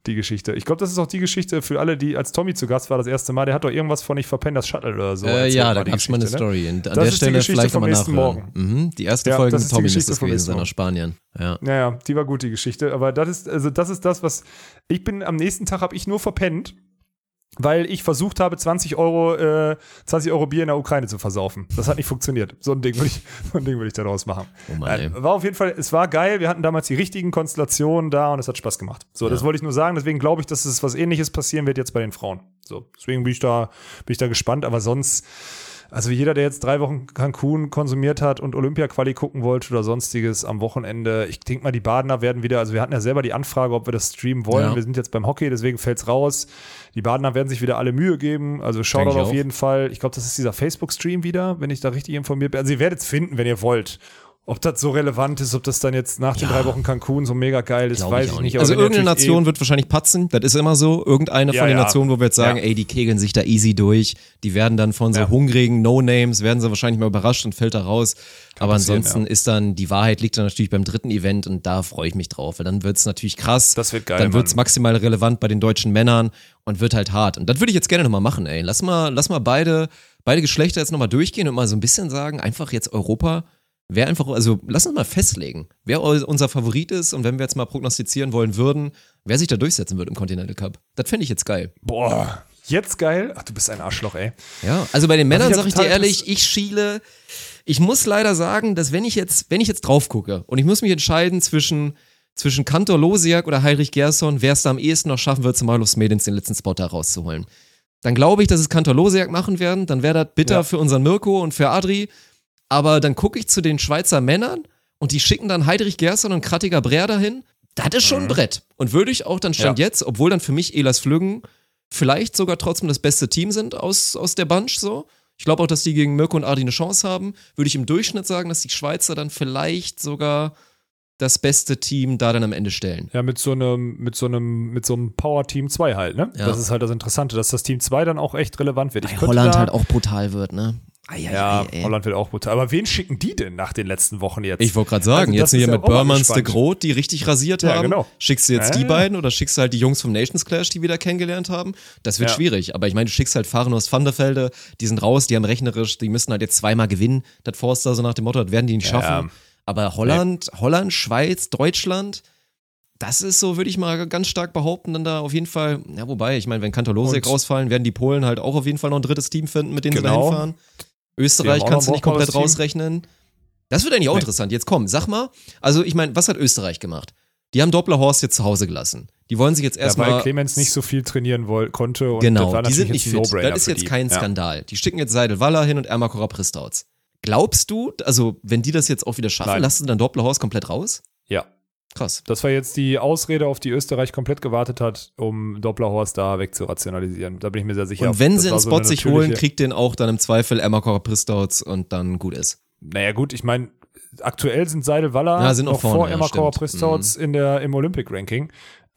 Speaker 2: die Geschichte. Ich glaube, das ist auch die Geschichte für alle, die als Tommy zu Gast war das erste Mal. Der hat doch irgendwas von Ich verpenne das Shuttle oder so.
Speaker 1: Ja, da gab es mal eine Story. An der Stelle vielleicht nochmal nachhören. Die erste Folge mit Tommy müsste es gewesen sein aus Spanien.
Speaker 2: Ja, die war gut, die Geschichte. Aber das ist das, was ich bin am nächsten Tag habe ich nur verpennt, weil ich versucht habe, 20 Euro Bier in der Ukraine zu versaufen. Das hat nicht funktioniert. So ein Ding würde ich daraus machen.
Speaker 1: Oh Mann,
Speaker 2: war auf jeden Fall, es war geil. Wir hatten damals die richtigen Konstellationen da und es hat Spaß gemacht. So, das wollte ich nur sagen. Deswegen glaube ich, dass es was Ähnliches passieren wird jetzt bei den Frauen. So, deswegen bin ich da gespannt. Aber sonst, also jeder, der jetzt 3 Wochen Cancun konsumiert hat und Olympia-Quali gucken wollte oder sonstiges am Wochenende, ich denke mal, die Badener werden wieder, also wir hatten ja selber die Anfrage, ob wir das streamen wollen. Ja. Wir sind jetzt beim Hockey, deswegen fällt's raus. Die Badener werden sich wieder alle Mühe geben, also Shoutout auf jeden Fall. Ich glaube, das ist dieser Facebook-Stream wieder, wenn ich da richtig informiert bin. Also ihr werdet es finden, wenn ihr wollt. Ob das so relevant ist, ob das dann jetzt nach den 3 Wochen Cancun so mega geil ist, weiß ich nicht.
Speaker 1: Also irgendeine Nation wird wahrscheinlich patzen, das ist immer so. Irgendeine von den Nationen, wo wir jetzt sagen, ey, die kegeln sich da easy durch. Die werden dann von so hungrigen No-Names, werden sie wahrscheinlich mal überrascht und fällt da raus. Aber ansonsten ist dann, die Wahrheit liegt dann natürlich beim 3. Event und da freue ich mich drauf, weil dann wird es natürlich krass.
Speaker 2: Das wird geil,
Speaker 1: dann wird es maximal relevant bei den deutschen Männern und wird halt hart. Und das würde ich jetzt gerne nochmal machen, ey. Lass mal beide Geschlechter jetzt nochmal durchgehen und mal so ein bisschen sagen, einfach jetzt Europa. Wer einfach, also lass uns mal festlegen, wer unser Favorit ist und wenn wir jetzt mal prognostizieren wollen würden, wer sich da durchsetzen wird im Continental Cup. Das fände ich jetzt geil.
Speaker 2: Boah, jetzt geil? Ach, du bist ein Arschloch, ey.
Speaker 1: Ja, also bei den Männern sag ich dir ehrlich, ich muss leider sagen, dass wenn ich jetzt drauf gucke und ich muss mich entscheiden zwischen Kantor Losiak oder Heinrich Gerson, wer es da am ehesten noch schaffen wird, zum Marlos Medins den letzten Spot da rauszuholen. Dann glaube ich, dass es Kantor Losiak machen werden, dann wäre das bitter für unseren Mirko und für Adri. Aber dann gucke ich zu den Schweizer Männern und die schicken dann Heidrich Gerson und Krattiger Breer dahin. Das ist schon ein Brett. Und würde ich auch dann Stand jetzt, obwohl dann für mich Elas Flüggen vielleicht sogar trotzdem das beste Team sind aus der Bunch so. Ich glaube auch, dass die gegen Mirko und Adi eine Chance haben. Würde ich im Durchschnitt sagen, dass die Schweizer dann vielleicht sogar das beste Team da dann am Ende stellen.
Speaker 2: Ja, mit so einem Power Team 2 halt, ne? Ja. Das ist halt das Interessante, dass das Team 2 dann auch echt relevant wird.
Speaker 1: Holland halt auch brutal wird, ne?
Speaker 2: Holland wird auch brutal. Aber wen schicken die denn nach den letzten Wochen jetzt?
Speaker 1: Ich wollte gerade sagen, jetzt hier mit Burmans de Groot, die richtig rasiert haben. Genau. Schickst du jetzt die beiden oder schickst du halt die Jungs vom Nations Clash, die wieder kennengelernt haben? Das wird schwierig. Aber ich meine, du schickst halt Fahrenhaus van der Velde, die sind raus, die haben rechnerisch, die müssen halt jetzt 2-mal gewinnen. Das Forster so nach dem Motto, das werden die nicht schaffen. Aber Holland, Schweiz, Deutschland, das ist so, würde ich mal ganz stark behaupten, dann da auf jeden Fall, ja, wobei, ich meine, wenn Kantor Losiak rausfallen, werden die Polen halt auch auf jeden Fall noch ein drittes Team finden, mit dem sie da hinfahren. Österreich kannst du nicht komplett rausrechnen. Das wird eigentlich auch interessant. Jetzt komm, sag mal, also ich meine, was hat Österreich gemacht? Die haben Doppler-Horst jetzt zu Hause gelassen. Die wollen sich jetzt erstmal.
Speaker 2: Weil Clemens nicht so viel trainieren konnte. Und
Speaker 1: genau,
Speaker 2: das war
Speaker 1: die sind nicht fit.
Speaker 2: No-Brainer
Speaker 1: das ist jetzt kein Skandal. Die schicken jetzt Seidel-Waller hin und Ermakora Pristouts. Glaubst du, also wenn die das jetzt auch wieder schaffen, lassen sie dann Doppler-Horst komplett raus?
Speaker 2: Ja.
Speaker 1: Krass.
Speaker 2: Das war jetzt die Ausrede, auf die Österreich komplett gewartet hat, um Doppler-Horst da wegzurationalisieren. Da bin ich mir sehr sicher.
Speaker 1: Und wenn sie einen Spot sich holen, kriegt den auch dann im Zweifel Ermakora Pristouts und dann gut ist.
Speaker 2: Naja gut, ich meine, aktuell sind Seidel-Waller noch vor Ermakora Pristouts im Olympic-Ranking.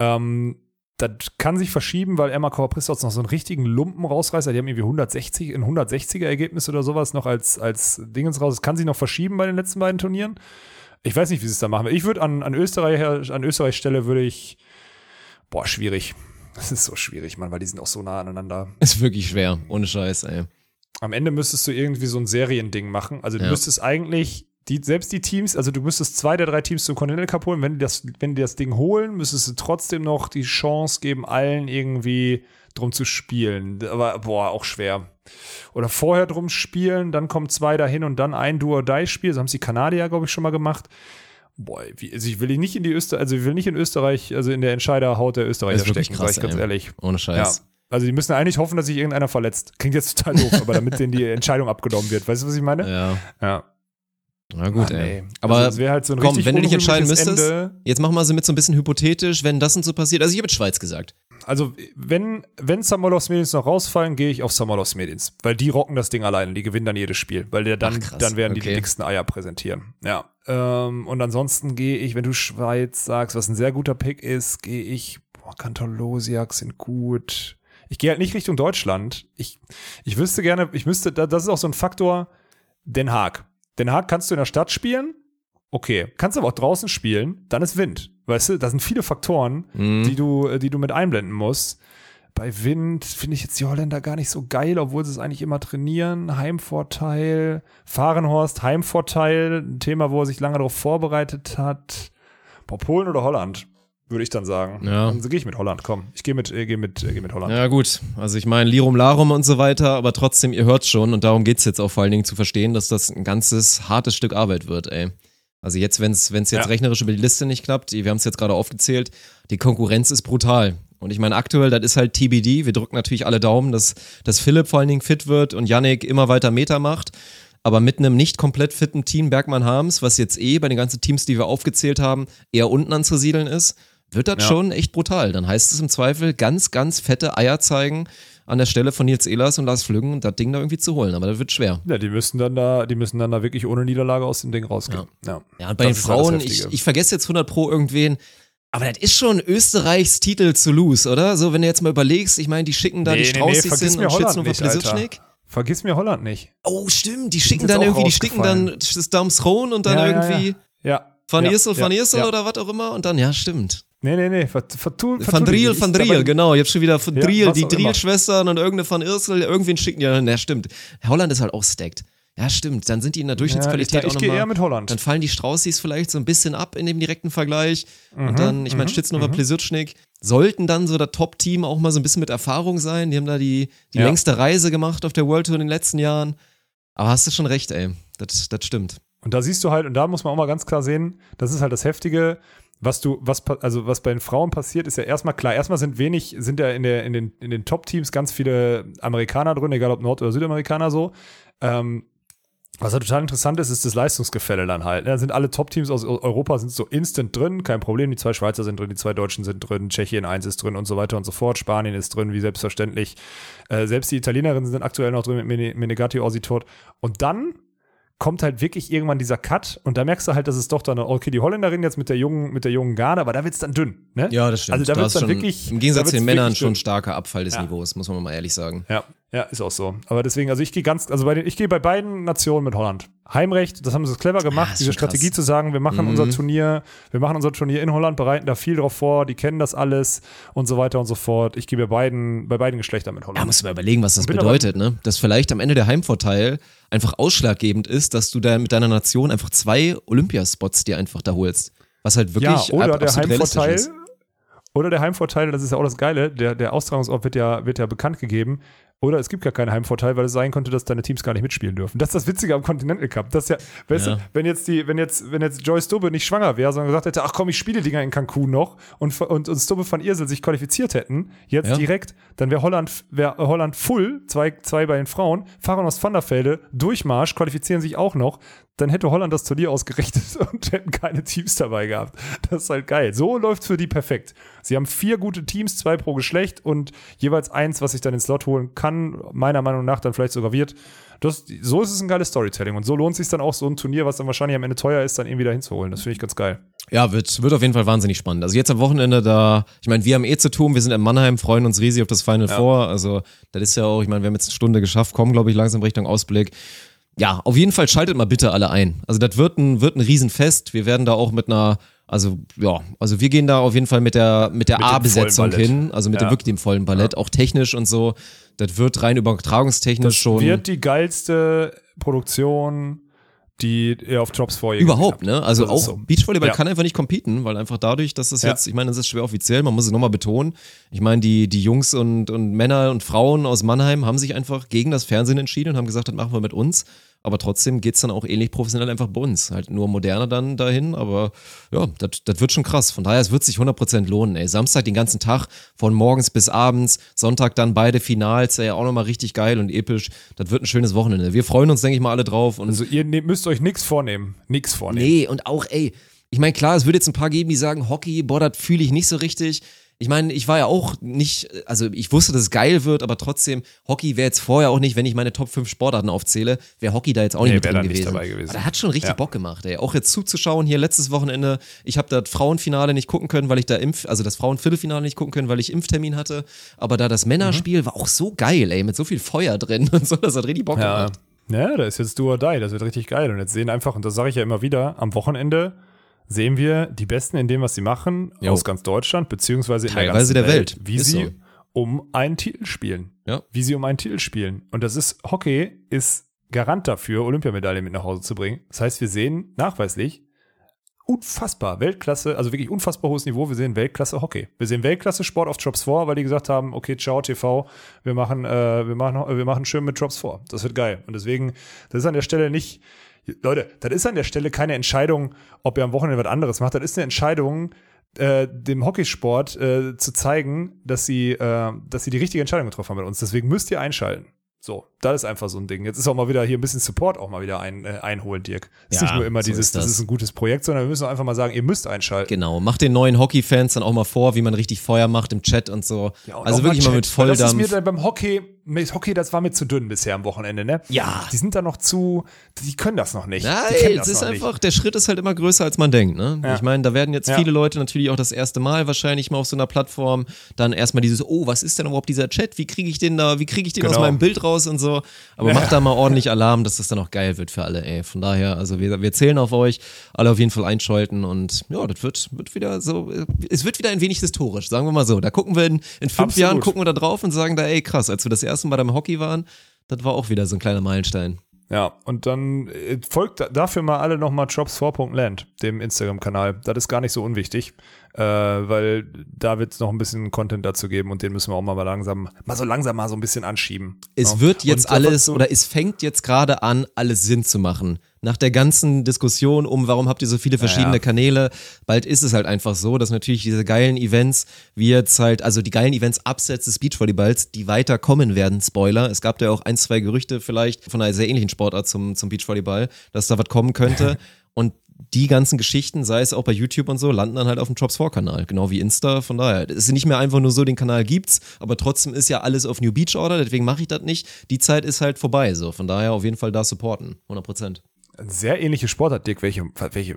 Speaker 2: Das kann sich verschieben, weil Ermakora Pristouts noch so einen richtigen Lumpen rausreißt. Die haben irgendwie 160er Ergebnis oder sowas noch als Dingens raus. Das kann sich noch verschieben bei den letzten beiden Turnieren. Ich weiß nicht, wie sie es da machen. Ich würde an Österreichs Stelle würde ich, schwierig. Das ist so schwierig, Mann, weil die sind auch so nah aneinander.
Speaker 1: Ist wirklich schwer, ohne Scheiß, ey.
Speaker 2: Am Ende müsstest du irgendwie so ein Seriending machen. Also du müsstest eigentlich, selbst die Teams, also du müsstest 2 der 3 Teams zum Continental Cup holen. Wenn die das Ding holen, müsstest du trotzdem noch die Chance geben, allen irgendwie drum zu spielen. Aber, auch schwer. Oder vorher drum spielen, dann kommen 2 dahin und dann ein Do-or-Die-Spiel. So haben es die Kanadier, glaube ich, schon mal gemacht. Ich will nicht in Österreich, also in der Entscheiderhaut der Österreicher stecken, sag ich ganz ehrlich.
Speaker 1: Ohne Scheiß.
Speaker 2: Ja. Also die müssen eigentlich hoffen, dass sich irgendeiner verletzt. Klingt jetzt total doof, aber damit denen die Entscheidung abgenommen wird. Weißt du, was ich meine?
Speaker 1: Ja. Na gut, ey.
Speaker 2: Aber also halt so ein
Speaker 1: komm, wenn du dich entscheiden müsstest, jetzt machen wir so mit so ein bisschen hypothetisch, wenn das und so passiert. Also ich habe jetzt Schweiz gesagt.
Speaker 2: Also wenn Samolos Medins noch rausfallen, gehe ich auf Samolos Medins. Weil die rocken das Ding alleine, die gewinnen dann jedes Spiel. Weil dann werden die dicksten Eier präsentieren. Ja. Und ansonsten gehe ich, wenn du Schweiz sagst, was ein sehr guter Pick ist, gehe ich, Kantor Losiak sind gut. Ich gehe halt nicht Richtung Deutschland. Ich müsste, das ist auch so ein Faktor, Den Haag. Den Haag kannst du in der Stadt spielen okay. Kannst aber auch draußen spielen, dann ist Wind. Weißt du, da sind viele Faktoren, die du mit einblenden musst. Bei Wind finde ich jetzt die Holländer gar nicht so geil, obwohl sie es eigentlich immer trainieren. Heimvorteil, Fahrenhorst, Heimvorteil, ein Thema, wo er sich lange darauf vorbereitet hat. Polen oder Holland, würde ich dann sagen.
Speaker 1: Ja.
Speaker 2: Dann gehe ich mit Holland, komm. Ich gehe mit Holland.
Speaker 1: Ja gut, also ich meine Lirum Larum und so weiter, aber trotzdem, ihr hört schon und darum geht's jetzt auch vor allen Dingen zu verstehen, dass das ein ganzes hartes Stück Arbeit wird, ey. Also jetzt, wenn es jetzt rechnerisch über die Liste nicht klappt, wir haben es jetzt gerade aufgezählt, die Konkurrenz ist brutal. Und ich meine, aktuell, das ist halt TBD. Wir drücken natürlich alle Daumen, dass Philipp vor allen Dingen fit wird und Yannick immer weiter Meter macht. Aber mit einem nicht komplett fitten Team Bergmann-Harms, was jetzt bei den ganzen Teams, die wir aufgezählt haben, eher unten anzusiedeln ist, wird das schon echt brutal. Dann heißt es im Zweifel ganz, ganz fette Eier zeigen an der Stelle von Nils Ehlers und Lars Flüggen und das Ding da irgendwie zu holen. Aber das wird schwer.
Speaker 2: Ja, die müssen dann da wirklich ohne Niederlage aus dem Ding rausgehen.
Speaker 1: Ja, und bei den Frauen, ich vergesse jetzt 100 Pro irgendwen, aber das ist schon Österreichs Titel zu lose, oder? So, wenn du jetzt mal überlegst, ich meine, die schicken da die Straußis hin und schützen über Plesitschnik.
Speaker 2: Vergiss mir Holland nicht.
Speaker 1: Oh, stimmt, die schicken dann irgendwie, das Darmsroon und dann irgendwie Van Iersel oder was auch immer und dann, stimmt.
Speaker 2: Nee,
Speaker 1: Van Driel, genau. Ich hab schon wieder Van Driel, die Driel-Schwestern und irgendeine Van Iersel, irgendwen schicken stimmt. Holland ist halt auch stacked. Ja, stimmt. Dann sind die in der Durchschnittsqualität auch nochmal. Ich gehe
Speaker 2: eher mit Holland.
Speaker 1: Dann fallen die Straußis vielleicht so ein bisschen ab in dem direkten Vergleich. Und dann, ich meine, Stütznover, Plesitschnik sollten dann so das Top-Team auch mal so ein bisschen mit Erfahrung sein. Die haben da die längste Reise gemacht auf der World Tour in den letzten Jahren. Aber hast du schon recht, ey. Das stimmt.
Speaker 2: Und da siehst du halt, und da muss man auch mal ganz klar sehen, das ist halt das Heftige, was bei den Frauen passiert, ist ja erstmal klar. Erstmal sind ja in den Top-Teams ganz viele Amerikaner drin, egal ob Nord- oder Südamerikaner so. Was halt total interessant ist das Leistungsgefälle dann halt. Da sind alle Top-Teams aus Europa sind so instant drin, kein Problem. Die 2 Schweizer sind drin, die 2 Deutschen sind drin, Tschechien 1 ist drin und so weiter und so fort. Spanien ist drin, wie selbstverständlich. Selbst die Italienerinnen sind aktuell noch drin mit Menegatti, Orsi-Tot. Und dann kommt halt wirklich irgendwann dieser Cut und da merkst du halt, dass es doch dann, okay, die Holländerin jetzt mit der jungen Garde, aber da wird's dann dünn, ne?
Speaker 1: Ja, das stimmt.
Speaker 2: Also da wird's dann
Speaker 1: schon,
Speaker 2: wirklich,
Speaker 1: im Gegensatz zu den Männern schon ein starker Abfall des Niveaus, muss man mal ehrlich sagen.
Speaker 2: Ja, ist auch so. Aber deswegen, also ich gehe bei beiden Nationen mit Holland. Heimrecht, das haben sie clever gemacht, diese Strategie krass. Zu sagen, wir machen unser Turnier in Holland, bereiten da viel drauf vor, die kennen das alles und so weiter und so fort. Ich gehe bei beiden Geschlechtern mit Holland.
Speaker 1: Ja, musst du mal überlegen, was das bedeutet, ne? Dass vielleicht am Ende der Heimvorteil einfach ausschlaggebend ist, dass du da mit deiner Nation einfach 2 Olympiaspots dir einfach da holst. Was halt wirklich
Speaker 2: oder der
Speaker 1: Heimvorteil ist.
Speaker 2: Oder der Heimvorteil, das ist ja auch das Geile, der Austragungsort wird ja bekannt gegeben. Oder es gibt gar keinen Heimvorteil, weil es sein könnte, dass deine Teams gar nicht mitspielen dürfen. Das ist das Witzige am Continental Cup. Das ist ja, weißt du, wenn jetzt Joyce Stubbe nicht schwanger wäre, sondern gesagt hätte, ach komm, ich spiele Dinger in Cancun noch und Stubbe van Iersel sich qualifiziert hätten, jetzt direkt, dann wäre Holland full, zwei bei den Frauen, fahren aus Van der Velde, Durchmarsch, qualifizieren sich auch noch, dann hätte Holland das Turnier ausgerichtet und hätten keine Teams dabei gehabt. Das ist halt geil. So läuft's für die perfekt. Sie haben 4 gute Teams, 2 pro Geschlecht und jeweils 1, was sich dann ins Slot holen kann, meiner Meinung nach dann vielleicht sogar wird. So ist es ein geiles Storytelling und so lohnt es sich dann auch, so ein Turnier, was dann wahrscheinlich am Ende teuer ist, dann irgendwie da hinzuholen. Das finde ich ganz geil. Ja,
Speaker 1: wird auf jeden Fall wahnsinnig spannend. Also jetzt am Wochenende ich meine, wir haben zu tun, wir sind in Mannheim, freuen uns riesig auf das Final Four. Also das ist ja auch, ich meine, wir haben jetzt eine Stunde geschafft, kommen, glaube ich, langsam Richtung Ausblick. Ja, auf jeden Fall schaltet mal bitte alle ein. Also das wird ein Riesenfest. Wir werden da auch mit also wir gehen da auf jeden Fall mit der A-Besetzung hin, also mit wirklich dem vollen Ballett, auch technisch und so. Das wird rein übertragungstechnisch schon.
Speaker 2: Das wird die geilste Produktion, die ihr auf Drops vorher
Speaker 1: überhaupt, ne? Also auch so. Beachvolleyball kann einfach nicht competen, weil einfach dadurch, dass das jetzt, ich meine, das ist schwer offiziell, man muss es nochmal betonen. Ich meine, die Jungs und Männer und Frauen aus Mannheim haben sich einfach gegen das Fernsehen entschieden und haben gesagt, das machen wir mit uns. Aber trotzdem geht's dann auch ähnlich professionell einfach bei uns. Halt nur moderner dann dahin, aber ja, das wird schon krass. Von daher, es wird sich 100% lohnen, ey. Samstag den ganzen Tag, von morgens bis abends, Sonntag dann beide Finals, ey, auch nochmal richtig geil und episch. Das wird ein schönes Wochenende. Wir freuen uns, denke ich mal, alle drauf. Und
Speaker 2: also ihr müsst euch nichts vornehmen.
Speaker 1: Nee, und auch, ey, ich meine, klar, es wird jetzt ein paar geben, die sagen, Hockey, das fühle ich nicht so richtig. Ich meine, ich war ja auch nicht, also ich wusste, dass es geil wird, aber trotzdem, Hockey wäre jetzt vorher auch nicht, wenn ich meine Top 5 Sportarten aufzähle, wäre Hockey da jetzt auch nicht mit drin gewesen.
Speaker 2: Dabei gewesen.
Speaker 1: Aber da hat schon richtig Bock gemacht, ey. Auch jetzt zuzuschauen, hier letztes Wochenende, ich habe das Frauenfinale nicht gucken können, weil ich also das Frauenviertelfinale nicht gucken können, weil ich Impftermin hatte, aber da das Männerspiel war auch so geil, ey, mit so viel Feuer drin und so, das hat richtig Bock gemacht.
Speaker 2: Ja, da ist jetzt Do or Die, das wird richtig geil. Und jetzt sehen einfach, und das sage ich ja immer wieder, am Wochenende sehen wir die Besten in dem, was sie machen, aus ganz Deutschland, beziehungsweise in
Speaker 1: Teilweise
Speaker 2: der ganzen
Speaker 1: Welt.
Speaker 2: Wie
Speaker 1: Ist
Speaker 2: sie
Speaker 1: so.
Speaker 2: um einen Titel spielen.
Speaker 1: Ja.
Speaker 2: Wie sie um einen Titel spielen. Und das ist, Hockey ist Garant dafür, Olympiamedaillen mit nach Hause zu bringen. Das heißt, wir sehen nachweislich unfassbar Weltklasse, also wirklich unfassbar hohes Niveau. Wir sehen Weltklasse Hockey. Wir sehen Weltklasse Sport auf Drops 4, weil die gesagt haben, okay, ciao TV, wir machen schön mit Drops 4. Das wird geil. Und deswegen, das ist an der Stelle nicht, Leute, das ist an der Stelle keine Entscheidung, ob ihr am Wochenende was anderes macht. Das ist eine Entscheidung, dem Hockeysport zu zeigen, dass sie die richtige Entscheidung getroffen haben mit uns. Deswegen müsst ihr einschalten. So, das ist einfach so ein Ding. Jetzt ist auch mal wieder hier ein bisschen Support auch mal wieder einholen, Dirk. Ist nicht nur immer
Speaker 1: so
Speaker 2: dieses, das ist ein gutes Projekt, sondern wir müssen auch einfach mal sagen, ihr müsst einschalten.
Speaker 1: Genau, macht den neuen Hockey-Fans dann auch mal vor, wie man richtig Feuer macht im Chat und so.
Speaker 2: Ja, und
Speaker 1: also wirklich mal mit Volldampf.
Speaker 2: Das ist mir dann beim Hockey, das war mir zu dünn bisher am Wochenende, ne?
Speaker 1: Ja.
Speaker 2: Die sind da noch die können das noch nicht.
Speaker 1: Nein,
Speaker 2: die kennen
Speaker 1: es ist
Speaker 2: noch
Speaker 1: einfach,
Speaker 2: nicht.
Speaker 1: der Schritt ist halt immer größer, als man denkt, ne?
Speaker 2: Ja.
Speaker 1: Ich meine, da werden jetzt
Speaker 2: Ja.
Speaker 1: viele Leute natürlich auch das erste Mal wahrscheinlich mal auf so einer Plattform dann erstmal dieses, oh, was ist denn überhaupt dieser Chat? Wie kriege ich den aus
Speaker 2: Genau.
Speaker 1: meinem Bild raus und so? Aber macht da mal ordentlich Alarm, dass das dann auch geil wird für alle, ey. Von daher, also wir zählen auf euch, alle auf jeden Fall einschalten und ja, das wird wieder so, es wird wieder ein wenig historisch, sagen wir mal so. Da gucken wir in 5
Speaker 2: Absolut.
Speaker 1: Jahren, gucken wir da drauf und sagen da, ey, krass, als wir das erste Mal beim Hockey waren, das war auch wieder so ein kleiner Meilenstein.
Speaker 2: Ja, und dann folgt dafür mal alle nochmal Drops4.land, dem Instagram-Kanal. Das ist gar nicht so unwichtig, weil da wird es noch ein bisschen Content dazu geben und den müssen wir auch mal langsam so ein bisschen anschieben.
Speaker 1: Es wird jetzt
Speaker 2: Und
Speaker 1: alles, oder es fängt jetzt gerade an, alles Sinn zu machen. Nach der ganzen Diskussion warum habt ihr so viele verschiedene Kanäle, bald ist es halt einfach so, dass natürlich diese geilen Events, wie jetzt halt, also die geilen Events abseits des Beachvolleyballs, die weiter kommen werden, Spoiler. Es gab ja auch 1, 2 Gerüchte vielleicht von einer sehr ähnlichen Sportart zum Beachvolleyball, dass da was kommen könnte. Und die ganzen Geschichten, sei es auch bei YouTube und so, landen dann halt auf dem Drops4-Kanal, genau wie Insta. Von daher, es ist nicht mehr einfach nur so, den Kanal gibt's, aber trotzdem ist ja alles auf New Beach Order, deswegen mache ich das nicht. Die Zeit ist halt vorbei, so. Von daher auf jeden Fall da supporten, 100%.
Speaker 2: Sehr ähnliche Sportart, Dick. Welche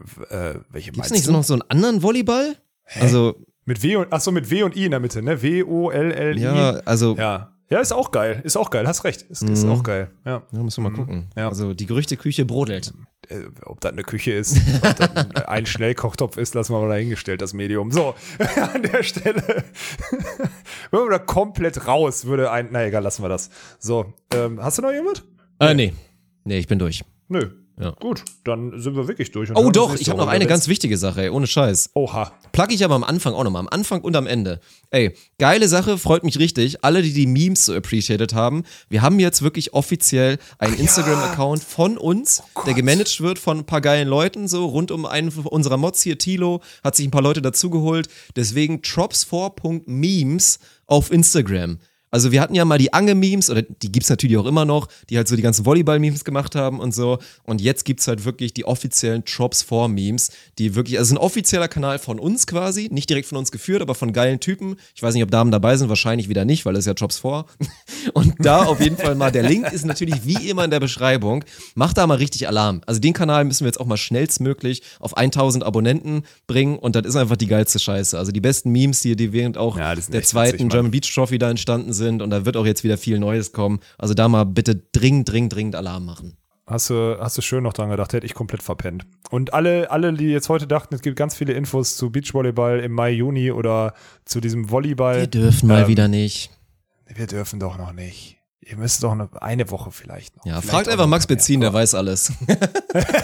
Speaker 1: Gibt's
Speaker 2: meinst
Speaker 1: nicht
Speaker 2: du?
Speaker 1: noch so einen anderen Volleyball? Also,
Speaker 2: Mit W mit W und I in der Mitte, ne? W-O-L-L-I.
Speaker 1: ja, also,
Speaker 2: Ja, ist auch geil. Hast recht. Ist auch geil. Ja.
Speaker 1: ja, müssen wir mal gucken.
Speaker 2: Ja.
Speaker 1: Also, die Gerüchteküche brodelt.
Speaker 2: Ob das eine Küche ist, ob das ein Schnellkochtopf ist, lassen wir mal dahingestellt, das Medium. So, an der Stelle, wenn wir da komplett raus, na egal, lassen wir das. So, hast du noch jemand?
Speaker 1: Nee, ich bin durch.
Speaker 2: Nö.
Speaker 1: Ja.
Speaker 2: Gut, dann sind wir wirklich durch. Und
Speaker 1: Oh
Speaker 2: hören uns
Speaker 1: doch,
Speaker 2: nächste
Speaker 1: ich habe noch
Speaker 2: Woche.
Speaker 1: eine ganz wichtige Sache, ey, ohne Scheiß.
Speaker 2: Oha.
Speaker 1: Plug ich aber am Anfang auch nochmal, am Anfang und am Ende. Ey, geile Sache, freut mich richtig. Alle, die Memes so appreciated haben, wir haben jetzt wirklich offiziell einen Instagram-Account von uns, der gemanagt wird von ein paar geilen Leuten, so rund um einen unserer Mods hier, Tilo, hat sich ein paar Leute dazugeholt. Deswegen drops4.memes auf Instagram. Also wir hatten ja mal die Ange-Memes, oder die gibt's natürlich auch immer noch, die halt so die ganzen Volleyball-Memes gemacht haben und so. Und jetzt gibt's halt wirklich die offiziellen Drops4-Memes, die wirklich, also ein offizieller Kanal von uns quasi, nicht direkt von uns geführt, aber von geilen Typen. Ich weiß nicht, ob Damen dabei sind, wahrscheinlich wieder nicht, weil das ist ja Drops4. Und da auf jeden Fall mal, der Link ist natürlich wie immer in der Beschreibung. Macht da mal richtig Alarm. Also den Kanal müssen wir jetzt auch mal schnellstmöglich auf 1000 Abonnenten bringen und das ist einfach die geilste Scheiße. Also die besten Memes, die während auch
Speaker 2: Ja, die sind
Speaker 1: der
Speaker 2: echt
Speaker 1: zweiten
Speaker 2: witzig, Mann.
Speaker 1: German Beach Trophy da entstanden sind und da wird auch jetzt wieder viel Neues kommen. Also da mal bitte dringend Alarm machen.
Speaker 2: Hast du schön noch dran gedacht, hätte ich komplett verpennt. Und alle, die jetzt heute dachten, es gibt ganz viele Infos zu Beachvolleyball im Mai, Juni oder zu diesem Volleyball.
Speaker 1: Wir dürfen mal wieder nicht.
Speaker 2: Wir dürfen doch noch nicht. Ihr müsst doch eine Woche vielleicht noch.
Speaker 1: Ja,
Speaker 2: Vielleicht
Speaker 1: fragt
Speaker 2: auch
Speaker 1: einfach
Speaker 2: noch
Speaker 1: Max
Speaker 2: mehr.
Speaker 1: Bezin, der weiß alles.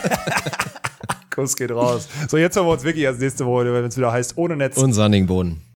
Speaker 2: Kuss geht raus. So, jetzt hören wir uns wirklich erst nächste Woche, wenn es wieder heißt, ohne Netz.
Speaker 1: Und Sandingboden.